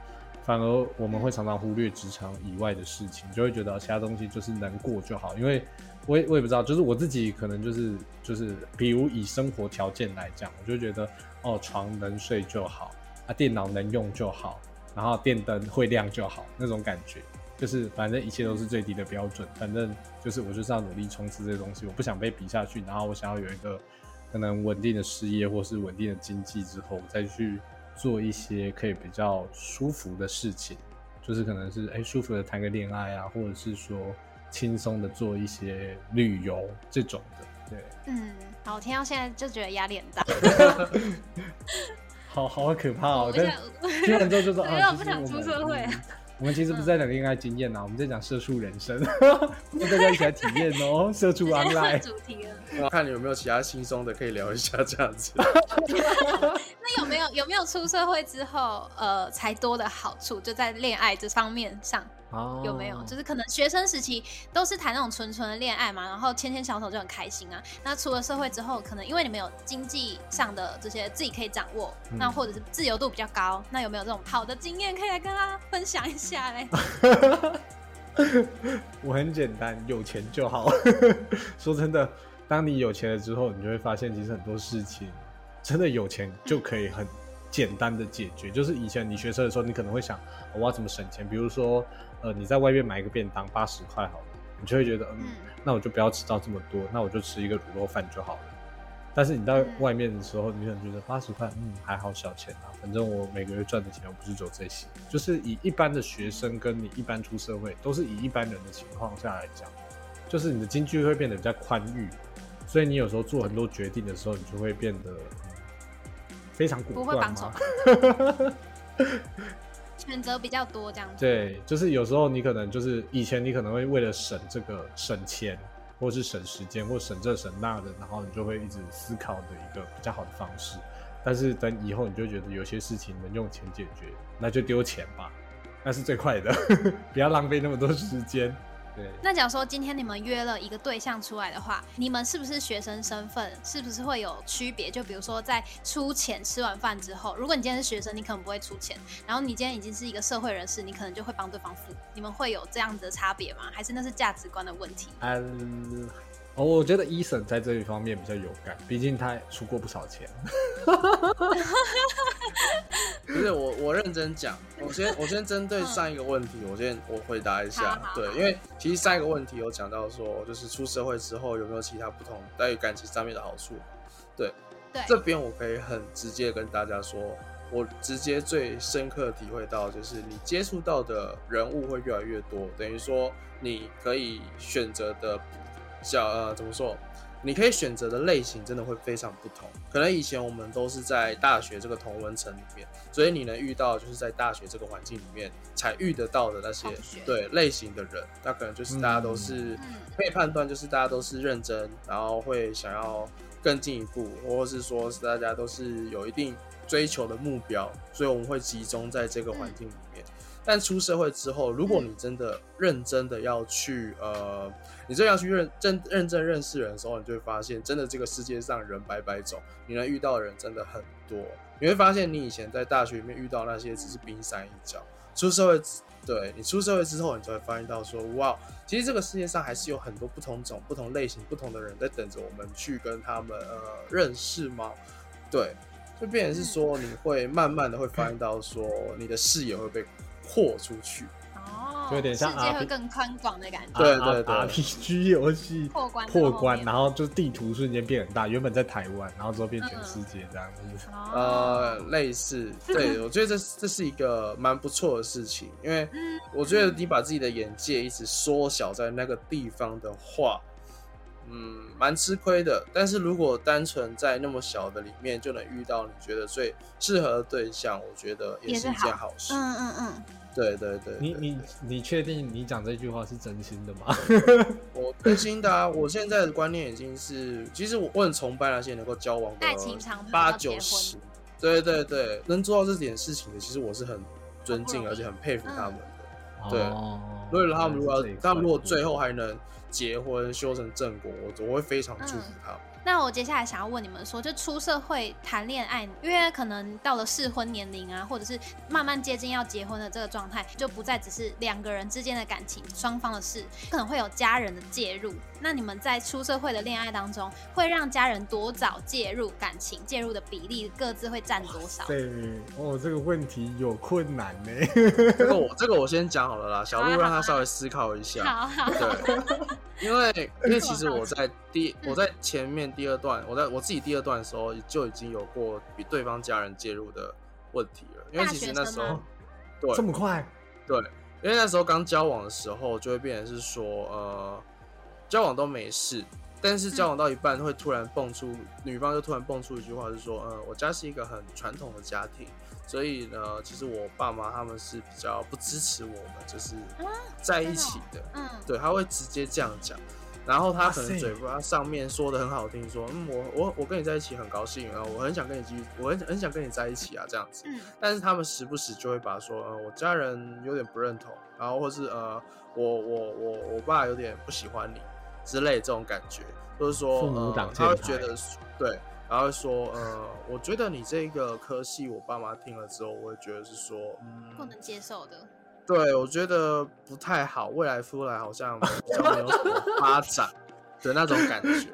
反而我们会常常忽略职场以外的事情，就会觉得其他东西就是能过就好。因为我也不知道，就是我自己可能就是比如以生活条件来讲，我就觉得床能睡就好啊，电脑能用就好，然后电灯会亮就好，那种感觉。就是反正一切都是最低的标准，反正就是我就是要努力冲刺这些东西，我不想被比下去，然后我想要有一个可能稳定的事业或是稳定的经济之后，再去做一些可以比较舒服的事情，就是可能是舒服的谈个恋爱啊，或者是说轻松的做一些旅游这种的。对， 好，我听到现在就觉得压力很大。 好可怕哦！听完之后就说我不想出社会。 我们其实不是在讲恋爱经验啊，我们在讲社畜人生，大家一起来体验哦，社畜 online 主题了。 看你有没有其他轻松的可以聊一下这样子。 那有没有出社会之后才多的好处，就在恋爱这方面上？有没有？就是可能学生时期都是谈那种纯纯的恋爱嘛，然后牵牵小手就很开心啊。那出了社会之后，可能因为你们有经济上的这些自己可以掌握，那或者是自由度比较高，那有没有这种好的经验可以来跟他分享一下嘞？ 我很简单，有钱就好。说真的，当你有钱了之后，你就会发现，其实很多事情真的有钱就可以很简单的解决。就是以前你学车的时候，你可能会想，我要怎么省钱？比如说，你在外面买一个便当80块好了，你就会觉得，那我就不要吃到这么多，那我就吃一个卤肉饭就好了。但是你到外面的时候，你可能觉得80块，还好小钱啊，反正我每个月赚的钱又不是只有这些。就是以一般的学生跟你一般出社会，都是以一般人的情况下来讲，就是你的经济会变得比较宽裕，所以你有时候做很多决定的时候，你就会变得非常果断吗？ 选择比较多这样子。 对，就是有时候你可能就是以前你可能会为了省钱，或是省时间，或省这省那的，然后你就会一直思考的一个比较好的方式。但是等以后你就觉得有些事情能用钱解决，那就丢钱吧，那是最快的，不要浪费那么多时间。对， 那假如说今天你们约了一个对象出来的话，你们是不是学生身份是不是会有区别？就比如说在出钱吃完饭之后，如果你今天是学生，你可能不会出钱，然后你今天已经是一个社会人士，你可能就会帮对方付，你们会有这样子的差别吗？还是那是价值观的问题？ 我觉得Eason在这一方面比较有感，毕竟他出过不少钱。 不是我认真讲，我先针对上一个问题，我回答一下。对，因为其实上一个问题有讲到说，就是出社会之后有没有其他不同在于感情上面的好处？对，这边我可以很直接跟大家说，我直接最深刻体会到就是你接触到的人物会越来越多，等于说你可以选择的怎么说？你可以选择的类型真的会非常不同。可能以前我们都是在大学这个同温层里面，所以你能遇到就是在大学这个环境里面才遇得到的那些对类型的人，那可能就是大家都是可以判断，就是大家都是认真，然后会想要更进一步，或是说大家都是有一定追求的目标，所以我们会集中在这个环境里面。但出社会之后，如果你真的认真的要去你真的要去认真认识人的时候，你就会发现真的这个世界上人百百种，你能遇到的人真的很多。你会发现你以前在大学里面遇到那些只是冰山一角，出社会之后，你就会发现到说，哇，其实这个世界上还是有很多不同种、不同类型、不同的人在等着我们去跟他们认识吗？对，就变成是说你会慢慢的会发现到说你的视野会被扩出去， 就有点像世界会更宽广的感觉。 对 RPG 游戏破关， 然后就地图瞬间变很大，原本在台湾，然后之后变全世界这样子。 类似，对，我觉得这是一个蛮不错的事情，因为我觉得你把自己的眼界一直缩小在那个地方的话，蛮吃亏的。但是如果单纯在那么小的里面就能遇到你觉得最适合的对象，我觉得也是一件好事。对， 你确定你讲这句话是真心的吗？ 我真心的啊！我现在的观念已经是，其实我很崇拜那些能够交往的8-9-10，对，能做到这点事情的，其实我是很尊敬而且很佩服他们的。对，所以他们如果最后还能结婚修成正果，我会非常祝福他们。 那我接下来想要问你们说，就出社会谈恋爱，因为可能到了适婚年龄啊，或者是慢慢接近要结婚的这个状态，就不再只是两个人之间的感情，双方的事，可能会有家人的介入。那你们在出社会的恋爱当中，会让家人多早介入感情，介入的比例各自会占多少？ 对哦，这个问题有困难呢。 这个我先讲好了啦，小鹿让他稍微思考一下。 好， 对，因为其实我在前面第二段，我自己第二段的时候就已经有过比对方家人介入的问题了，因为其实那时候对这么快， 对，因为那时候刚交往的时候就会变成是说交往都没事。但是交往到一半会突然蹦出，女方就突然蹦出一句话，是说，我家是一个很传统的家庭，所以呢，其实我爸妈他们是比较不支持我们就是在一起的，对，他会直接这样讲，然后他可能嘴巴上面说的很好听，说，我跟你在一起很高兴，然后我很想跟你继续，我很想跟你在一起啊，这样子，但是他们时不时就会把说，我家人有点不认同，然后或是我爸有点不喜欢你。之类这种感觉，就是说，他会觉得对，然后会说，我觉得你这个科系，我爸妈听了之后，我会觉得是说， 不能接受的。 对，我觉得不太好，未来出来好像比较没有什么发展的那种感觉。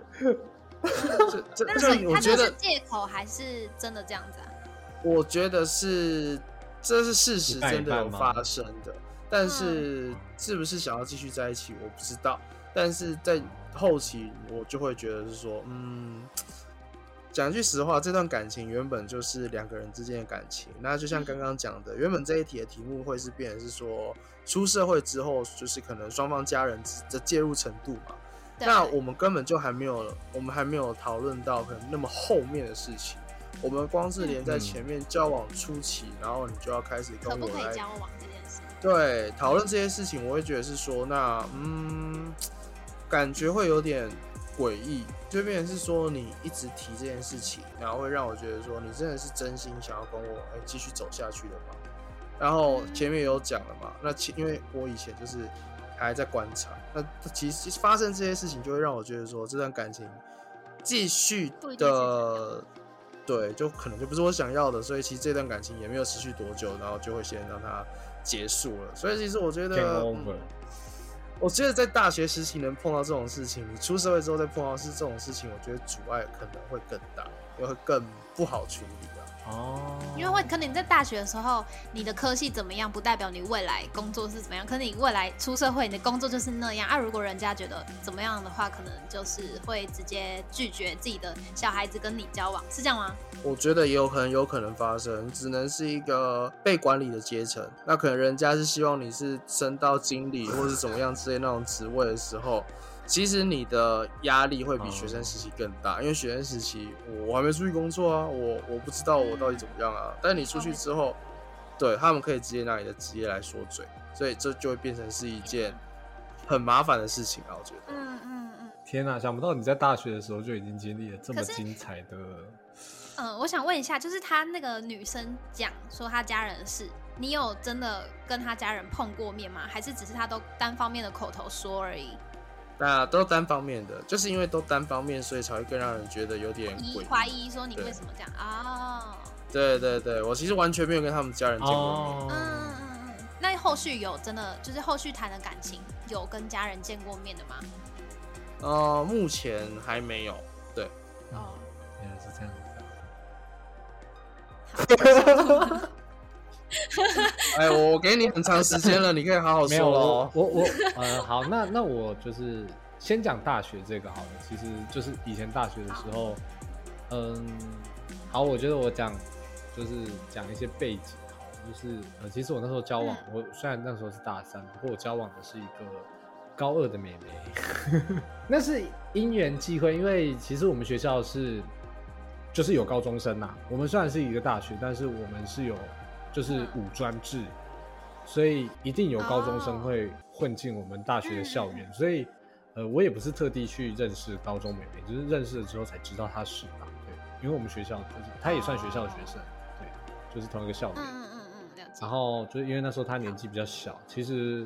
我觉得借口还是真的这样子啊？ 我觉得这是事实，真的有发生的，但是是不是想要继续在一起，我不知道。但是在后期，我就会觉得是说，讲句实话，这段感情原本就是两个人之间的感情。那就像刚刚讲的，原本这一题的题目会是变成是说，出社会之后，就是可能双方家人的介入程度嘛。那我们根本就还没有讨论到可能那么后面的事情。我们光是连在前面交往初期，然后你就要开始跟我来， 可不可以交往这件事？ 对，讨论这些事情，我会觉得是说，那感觉会有点诡异，就变成是说你一直提这件事情，然后会让我觉得说你真的是真心想要跟我继续走下去的吗？然后前面也有讲了嘛，那因为我以前就是还在观察，那其实发生这些事情就会让我觉得说这段感情继续的，对，就可能就不是我想要的，所以其实这段感情也没有持续多久，然后就会先让它结束了。所以其实我觉得。我觉得在大学时期能碰到这种事情，你出社会之后再碰到这种事情，我觉得阻碍可能会更大，也会更不好处理的。 因为可能你在大学的时候，你的科系怎么样，不代表你未来工作是怎么样。可能你未来出社会，你的工作就是那样啊。如果人家觉得怎么样的话，可能就是会直接拒绝自己的小孩子跟你交往，是这样吗？ 我觉得也有可能发生，只能是一个被管理的阶层。那可能人家是希望你是升到经理或是怎么样之类那种职位的时候，其实你的压力会比学生时期更大，因为学生时期我还没出去工作啊，我不知道我到底怎么样啊。但你出去之后，对，他们可以直接拿你的职业来说嘴，所以这就会变成是一件很麻烦的事情啊，我觉得。 天哪，想不到你在大学的时候就已经经历了这么精彩的。 我想问一下，就是他那个女生讲说他家人的事，你有真的跟他家人碰过面吗？还是只是他都单方面的口头说而已？ 那都单方面的，就是因为都单方面，所以才会更让人觉得有点怀疑说你为什么这样对对对，我其实完全没有跟他们家人见过面。 那后续有真的就是后续谈的感情，有跟家人见过面的吗？ 目前还没有。对。 原来是这样子。 哎，我给你很长时间了，你可以好好说咯。 好，那我就是先讲大学这个好了。其实就是以前大学的时候，好，我觉得我就是讲一些背景好了，就是其实我那时候交往，我虽然那时候是大三，不过我交往的是一个高2的妹妹，那是因缘际会，因为其实我们学校就是有高中生呐，我们虽然是一个大学，但是我们是有就是5专制，所以一定有高中生会混进我们大学的校园，所以我也不是特地去认识高中妹妹，就是认识了之后才知道她是吧？对，因为我们学校就是她也算学校的学生，对，就是同一个校园。然后就是因为那时候她年纪比较小，其实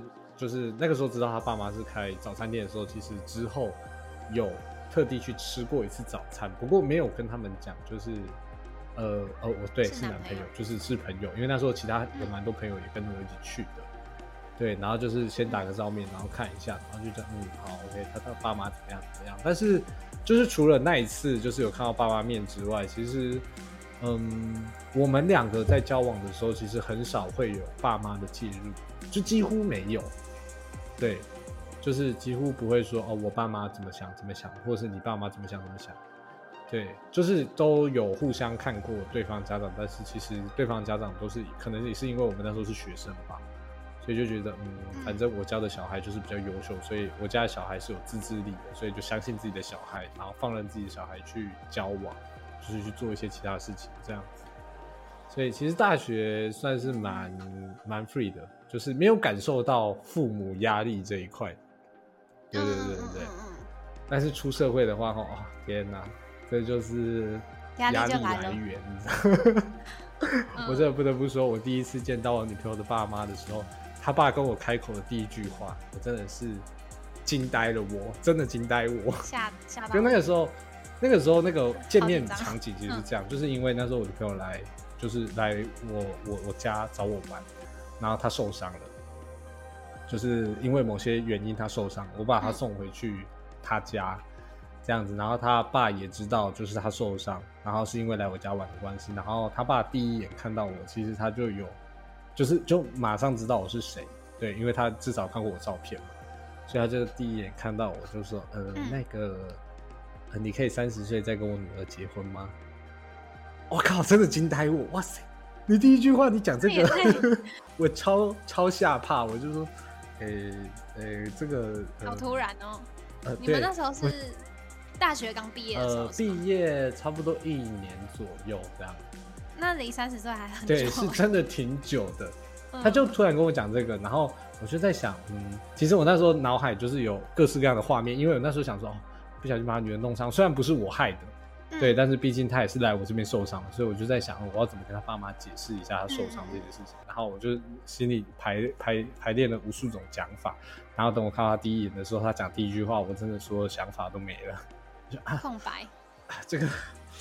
就是那个时候知道他爸妈是开早餐店的时候，其实之后有特地去吃过一次早餐，不过没有跟他们讲，就是我对是男朋友，就是朋友，因为那时候其他有蛮多朋友也跟着我一起去的，对，然后就是先打个照面，然后看一下，然后就讲好 OK， 他爸妈怎么样，但是就是除了那一次就是有看到爸妈面之外，其实我们两个在交往的时候，其实很少会有爸妈的介入，就几乎没有，对，就是几乎不会说我爸妈怎么想，或者是你爸妈怎么想。对，就是都有互相看过对方家长，但是其实对方家长都是可能也是因为我们那时候是学生吧，所以就觉得反正我教的小孩就是比较优秀，所以我家的小孩是有自制力的，所以就相信自己的小孩，然后放任自己的小孩去交往，就是去做一些其他的事情这样子。所以其实大学算是蛮 free 的，就是没有感受到父母压力这一块。对。但是出社会的话，天哪！这就是压力来源，你知道吗？我真的不得不说，我第一次见到我女朋友的爸妈的时候，他爸跟我开口的第一句话，我真的是惊呆了我，真的惊呆我。 吓到。 就那个时候那个见面场景其实是这样，就是因为那时候我女朋友就是来我家找我玩，然后她受伤了，就是因为某些原因她受伤，我把她送回去她家。这样子，然后他爸也知道，就是他受伤，然后是因为来我家玩的关系，然后他爸第一眼看到我，其实他就马上知道我是谁，对，因为他至少看过我照片嘛，所以他就第一眼看到我就说，你可以30岁再跟我女儿结婚吗？我靠，真的惊呆我，哇塞！你第一句话你讲这个，我超吓怕，我就说，这个好突然哦，你们那时候是？大学刚毕业的时候， 毕业差不多1年左右这样。 那离30岁还很久。 对，是真的挺久的。他就突然跟我讲这个，然后我就在想，其实我那时候脑海就是有各式各样的画面，因为我那时候想说，不小心把他女儿弄伤，虽然不是我害的，对，但是毕竟他也是来我这边受伤的，所以我就在想，我要怎么跟他爸妈解释一下他受伤这件事情。然后我就心里排练了无数种讲法，然后等我看到他第一眼的时候，他讲第一句话，我真的所有想法都没了。 空白。 这个，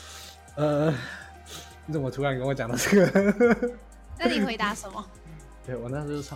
你怎么突然跟我讲到这个？ 那你回答什么？ 对，我那时候就说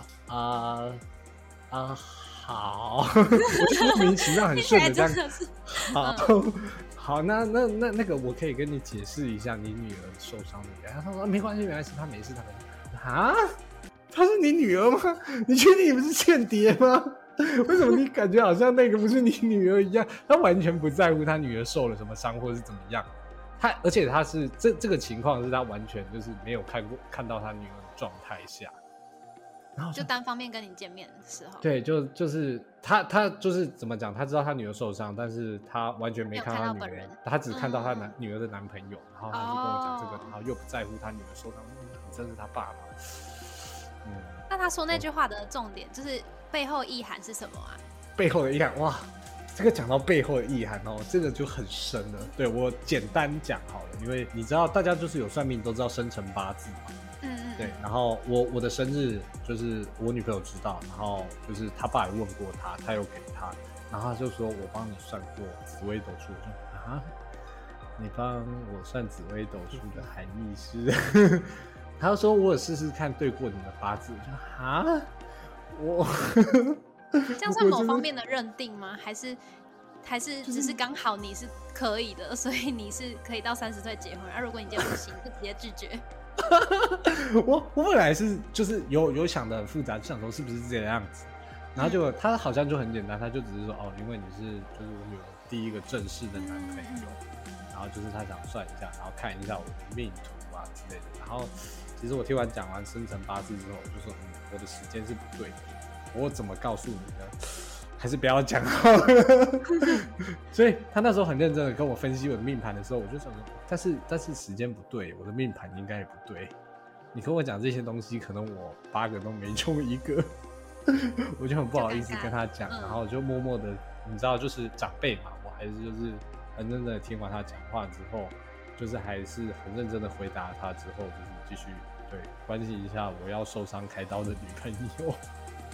好，我就莫名其妙很顺的这样。好，那个我可以跟你解释一下你女儿受伤的原因。他说没关系，她没事，她没事。啊？她是你女儿吗？你确定你不是间谍吗？为什么你感觉好像那个不是你女儿一样？他完全不在乎他女儿受了什么伤或是怎么样，而且他是这个情况是他完全就是没有看到他女儿的状态下，然后就单方面跟你见面的时候， 对，就是他就是怎么讲？他知道他女儿受伤，但是他完全没看到他女儿，他只看到他女儿的男朋友，然后他就跟我讲这个，然后又不在乎他女儿受伤，你真是他爸爸。 那他说那句话的重点就是背后意涵是什么啊？ 背后的意涵，哇，这个讲到背后的意涵这个就很深了。对，我简单讲好了，因为你知道大家就是有算命都知道生辰八字嘛，对。然后我的生日就是我女朋友知道，然后就是他爸也问过他，他有给他，然后他就说我帮你算过紫微斗数，我说啊，你帮我算紫微斗数的含义是？他就说我有试试看对过你的八字，我说啊，我这样算某方面的认定吗？还是只是刚好你是可以的，所以你是可以到30岁结婚，如果你今天不行，就直接拒绝。 我本来是就是有想的很复杂，就想说是不是这个样子，然后就他好像就很简单，他就只是说因为你是就是我女儿第一个正式的男朋友，然后就是他想算一下，然后看一下我的命途啊之类的，然后。其实我听完讲完生辰八字之后，我就说，我的时间是不对的，我怎么告诉你呢？还是不要讲好了。所以他那时候很认真的跟我分析我的命盘的时候，我就想说，但是时间不对，我的命盘应该也不对。你跟我讲这些东西，可能我8个都没中1个，我就很不好意思跟他讲，然后就默默的，你知道，就是长辈嘛，我还是就是很认真的听完他讲话之后。就是还是很认真的回答他之后，就是继续对关心一下我要受伤开刀的女朋友。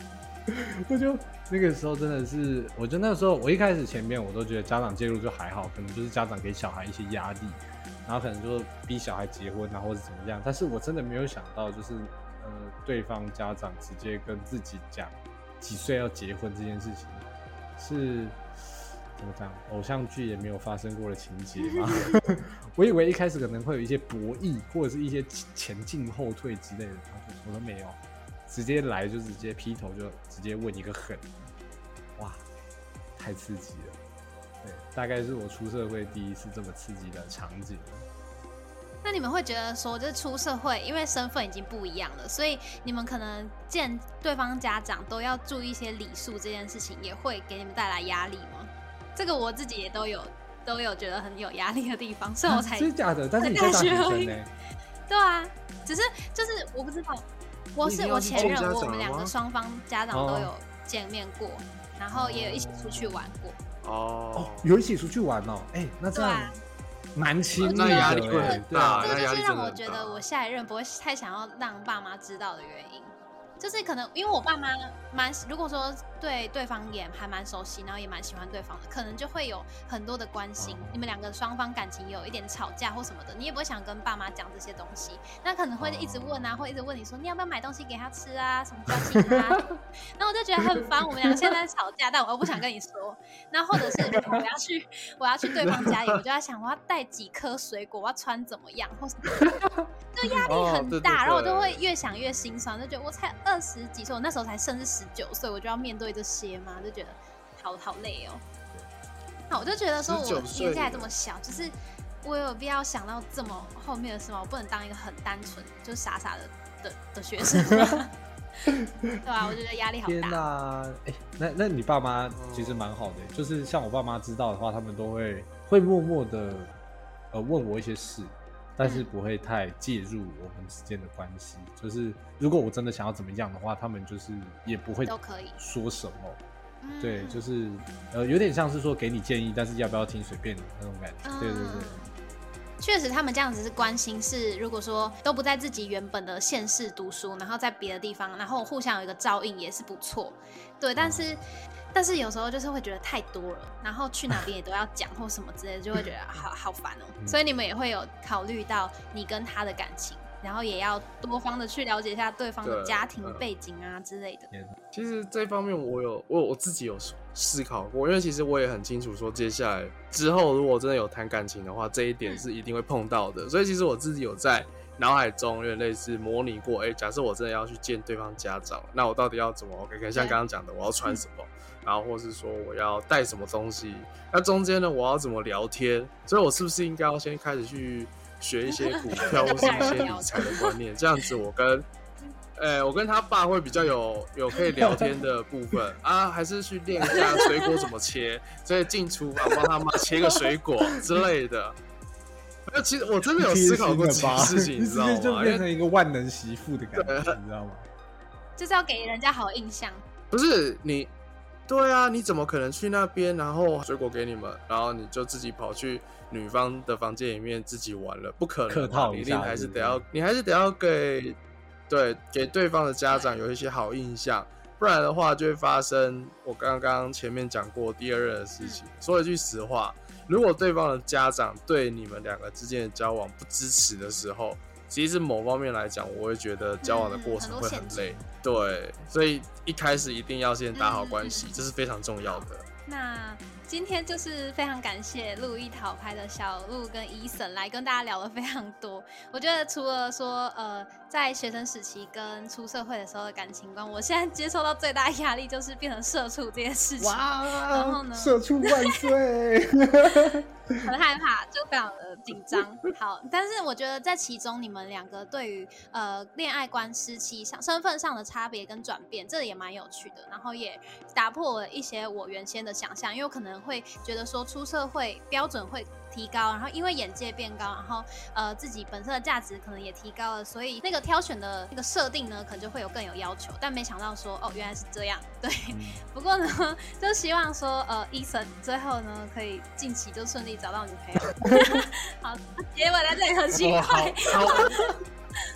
我就那个时候真的是，我觉得那个时候我一开始前面我都觉得家长介入就还好，可能就是家长给小孩一些压力，然后可能就逼小孩结婚啊，或者怎么样。但是我真的没有想到，就是对方家长直接跟自己讲几岁要结婚这件事情，是怎么讲？偶像剧也没有发生过的情节吗？我以为一开始可能会有一些博弈，或者是一些前进后退之类的，然后什么都没有。直接来就直接劈头就直接问一个狠，哇，太刺激了！对，大概是我出社会第一次这么刺激的场景。 那你们会觉得说，就是出社会，因为身份已经不一样了，所以你们可能见对方家长都要注意一些礼数，这件事情也会给你们带来压力吗？这个我自己也都有觉得很有压力的地方，所以我才真的假的？但是你在大学生呢？ 对啊，只是就是我不知道。我前任，我们两个双方家长都有见面过，然后也有一起出去玩过。 哦，有一起出去玩哦，那这样蛮亲密的， 那压力会很大。 这就是让我觉得我下一任不会太想要让爸妈知道的原因。就是可能因为我爸妈如果说对对方也还蛮熟悉，然后也蛮喜欢对方的，可能就会有很多的关心。你们两个双方感情有一点吵架或什么的，你也不会想跟爸妈讲这些东西，那可能会一直问啊，会一直问你说你要不要买东西给他吃啊，什么关心他。然后我就觉得很烦，我们两个现在吵架，但我又不想跟你说。那或者是我要去对方家里，我就在想我要带几颗水果，我要穿怎么样，或什么，就压力很大。 对对对， 然后我就会越想越心酸，就觉得我才20几岁，我那时候才甚至19岁，我就要面对这些嘛，就觉得好累哦。那我就觉得说，我年纪还这么小，就是我有必要想到这么后面的事吗？我不能当一个很单纯就傻傻的学生吗？对吧？我觉得压力好大。 天哪，那你爸妈其实蛮好的，就是像我爸妈知道的话，他们都会默默的问我一些事。但是不会太介入我们之间的关系，就是如果我真的想要怎么样的话，他们就是也不会说什么，对，就是有点像是说给你建议，但是要不要听随便你那种感觉，对对对。 确实，他们这样子是关心，是如果说都不在自己原本的县市读书，然后在别的地方，然后互相有一个照应，也是不错，对，但是有时候就是会觉得太多了，然后去哪边也都要讲或什么之类的，就会觉得好烦哦。所以你们也会有考虑到你跟他的感情，然后也要多方的去了解一下对方的家庭背景啊之类的。 其实这方面我自己有思考过，因为其实我也很清楚说接下来之后如果真的有谈感情的话，这一点是一定会碰到的。所以其实我自己有在脑海中有点类似模拟过，假设我真的要去见对方家长，那我到底要怎么 OK？ 可能像刚刚讲的，我要穿什么，然后或是说我要带什么东西，那中间呢我要怎么聊天？所以我是不是应该要先开始去学一些股票或是一些理财的观念？这样子我跟他爸会比较有可以聊天的部分啊，还是去练一下水果怎么切，所以进厨房帮他妈切个水果之类的。其实我真的有思考过这件事情，你知道吗？ 就变成一个万能媳妇的感觉，你知道吗？ 就是要给人家好印象。 不是你，对啊，你怎么可能去那边，然后水果给你们，然后你就自己跑去女方的房间里面自己玩了？不可能， 客套一下， 你还是得要给对方的家长有一些好印象，不然的话就会发生我刚刚前面讲过第二任的事情。说一句实话，如果对方的家长对你们两个之间的交往不支持的时候，其实某方面来讲，我会觉得交往的过程会很累。对，所以一开始一定要先打好关系，这是非常重要的。 那今天就是非常感谢路易讨拍的小路跟伊森来跟大家聊了非常多。我觉得除了说在学生时期跟出社会的时候的感情观，我现在接受到最大压力就是变成社畜这件事情。 哇！ 然后呢， 社畜万岁！ 很害怕，就非常的紧张。好，但是我觉得在其中你们两个对于恋爱观时期上身份上的差别跟转变，这也蛮有趣的。然后也打破了一些我原先的想象，因为我可能会觉得说出社会标准会提高，然后因为眼界变高，然后自己本身的价值可能也提高了，所以那个挑选的那个设定呢，可能就会有更有要求。但没想到说原来是这样，对。不过呢，就希望说Ethan最后呢可以近期就顺利找到女朋友。好，结尾在这里很奇怪。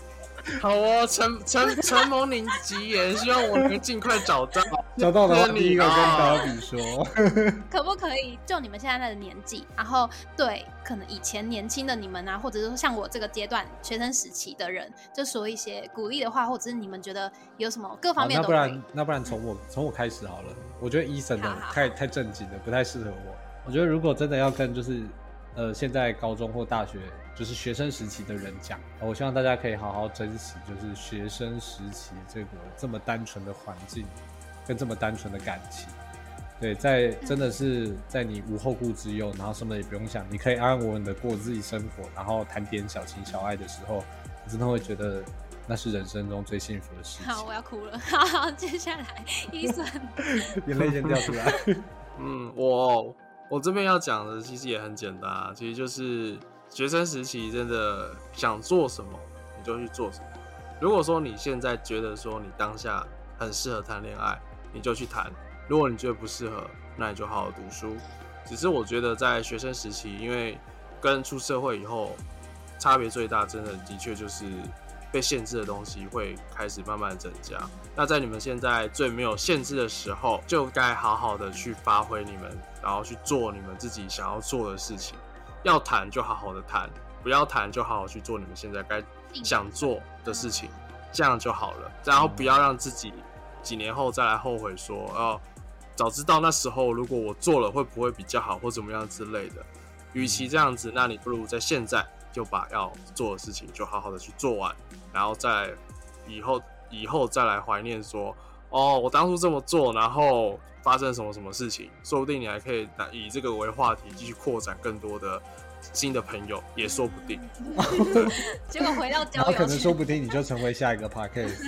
好哦，承蒙您吉言，希望我能尽快找到。 找到的话，第一个跟达比说， 可不可以就你们现在的年纪，然后对可能以前年轻的你们啊，或者是说像我这个阶段学生时期的人，就说一些鼓励的话，或者是你们觉得有什么各方面都可以。 那不然从我开始好了。我觉得Eason的太正经了，不太适合我。我觉得如果真的要跟就是现在高中或大学就是学生时期的人讲，我希望大家可以好好珍惜，就是学生时期这么单纯的环境跟这么单纯的感情。对，真的是在你无后顾之忧，然后什么也不用想，你可以安安稳稳的过自己生活，然后谈点小情小爱的时候，你真的会觉得那是人生中最幸福的事情。 好，我要哭了。好，接下来Eason， 眼泪先掉出来。 我这边要讲的其实也很简单啊，其实就是学生时期真的想做什么你就去做什么。如果说你现在觉得说你当下很适合谈恋爱，你就去谈；如果你觉得不适合，那你就好好读书。只是我觉得在学生时期，因为跟出社会以后差别最大，真的确就是被限制的东西会开始慢慢增加。那在你们现在最没有限制的时候，就该好好的去发挥你们，然后去做你们自己想要做的事情。要谈就好好的谈，不要谈就好好去做你们现在该想做的事情，这样就好了。然后不要让自己几年后再来后悔说，哦，早知道那时候如果我做了会不会比较好，或怎么样之类的。与其这样子，那你不如在现在就把要做的事情就好好的去做完，然后再以后再来怀念说，哦，我当初这么做，然后发生什么什么事情，说不定你还可以以这个为话题继续扩展更多的新的朋友，也说不定。 结果回到交友， 可能说不定你就成为下一个 podcast。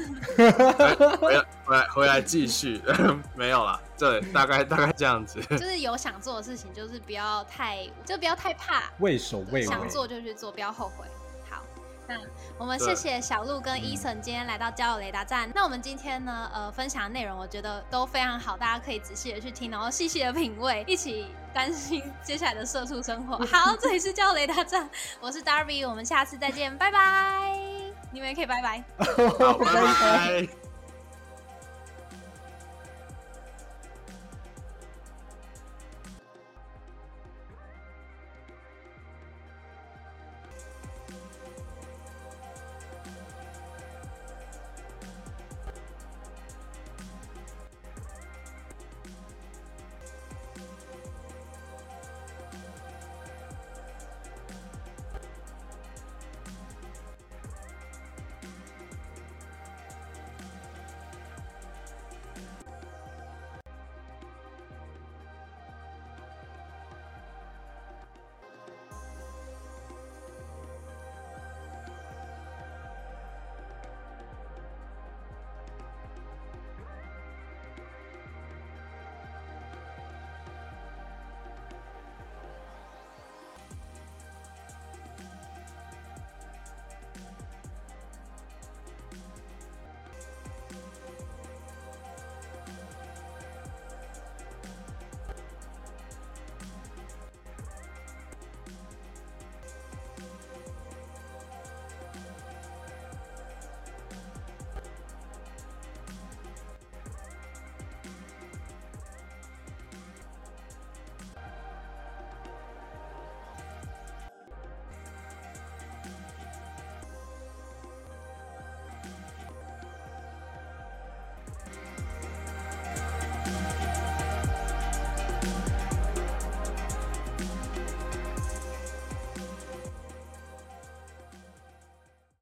回来继续，没有啦，对，大概这样子。 就是有想做的事情，就是不要太怕， 畏首畏尾， 想做就去做，不要后悔。好，那我们谢谢小鹿跟Eason今天来到交友雷达站。那我们今天呢，分享的内容我觉得都非常好，大家可以仔细的去听，然后细细的品味，一起担心接下来的社畜生活。好，这里是交友雷达站，我是 Darby， 我们下次再见，拜拜。你们也可以拜拜。 好，拜拜。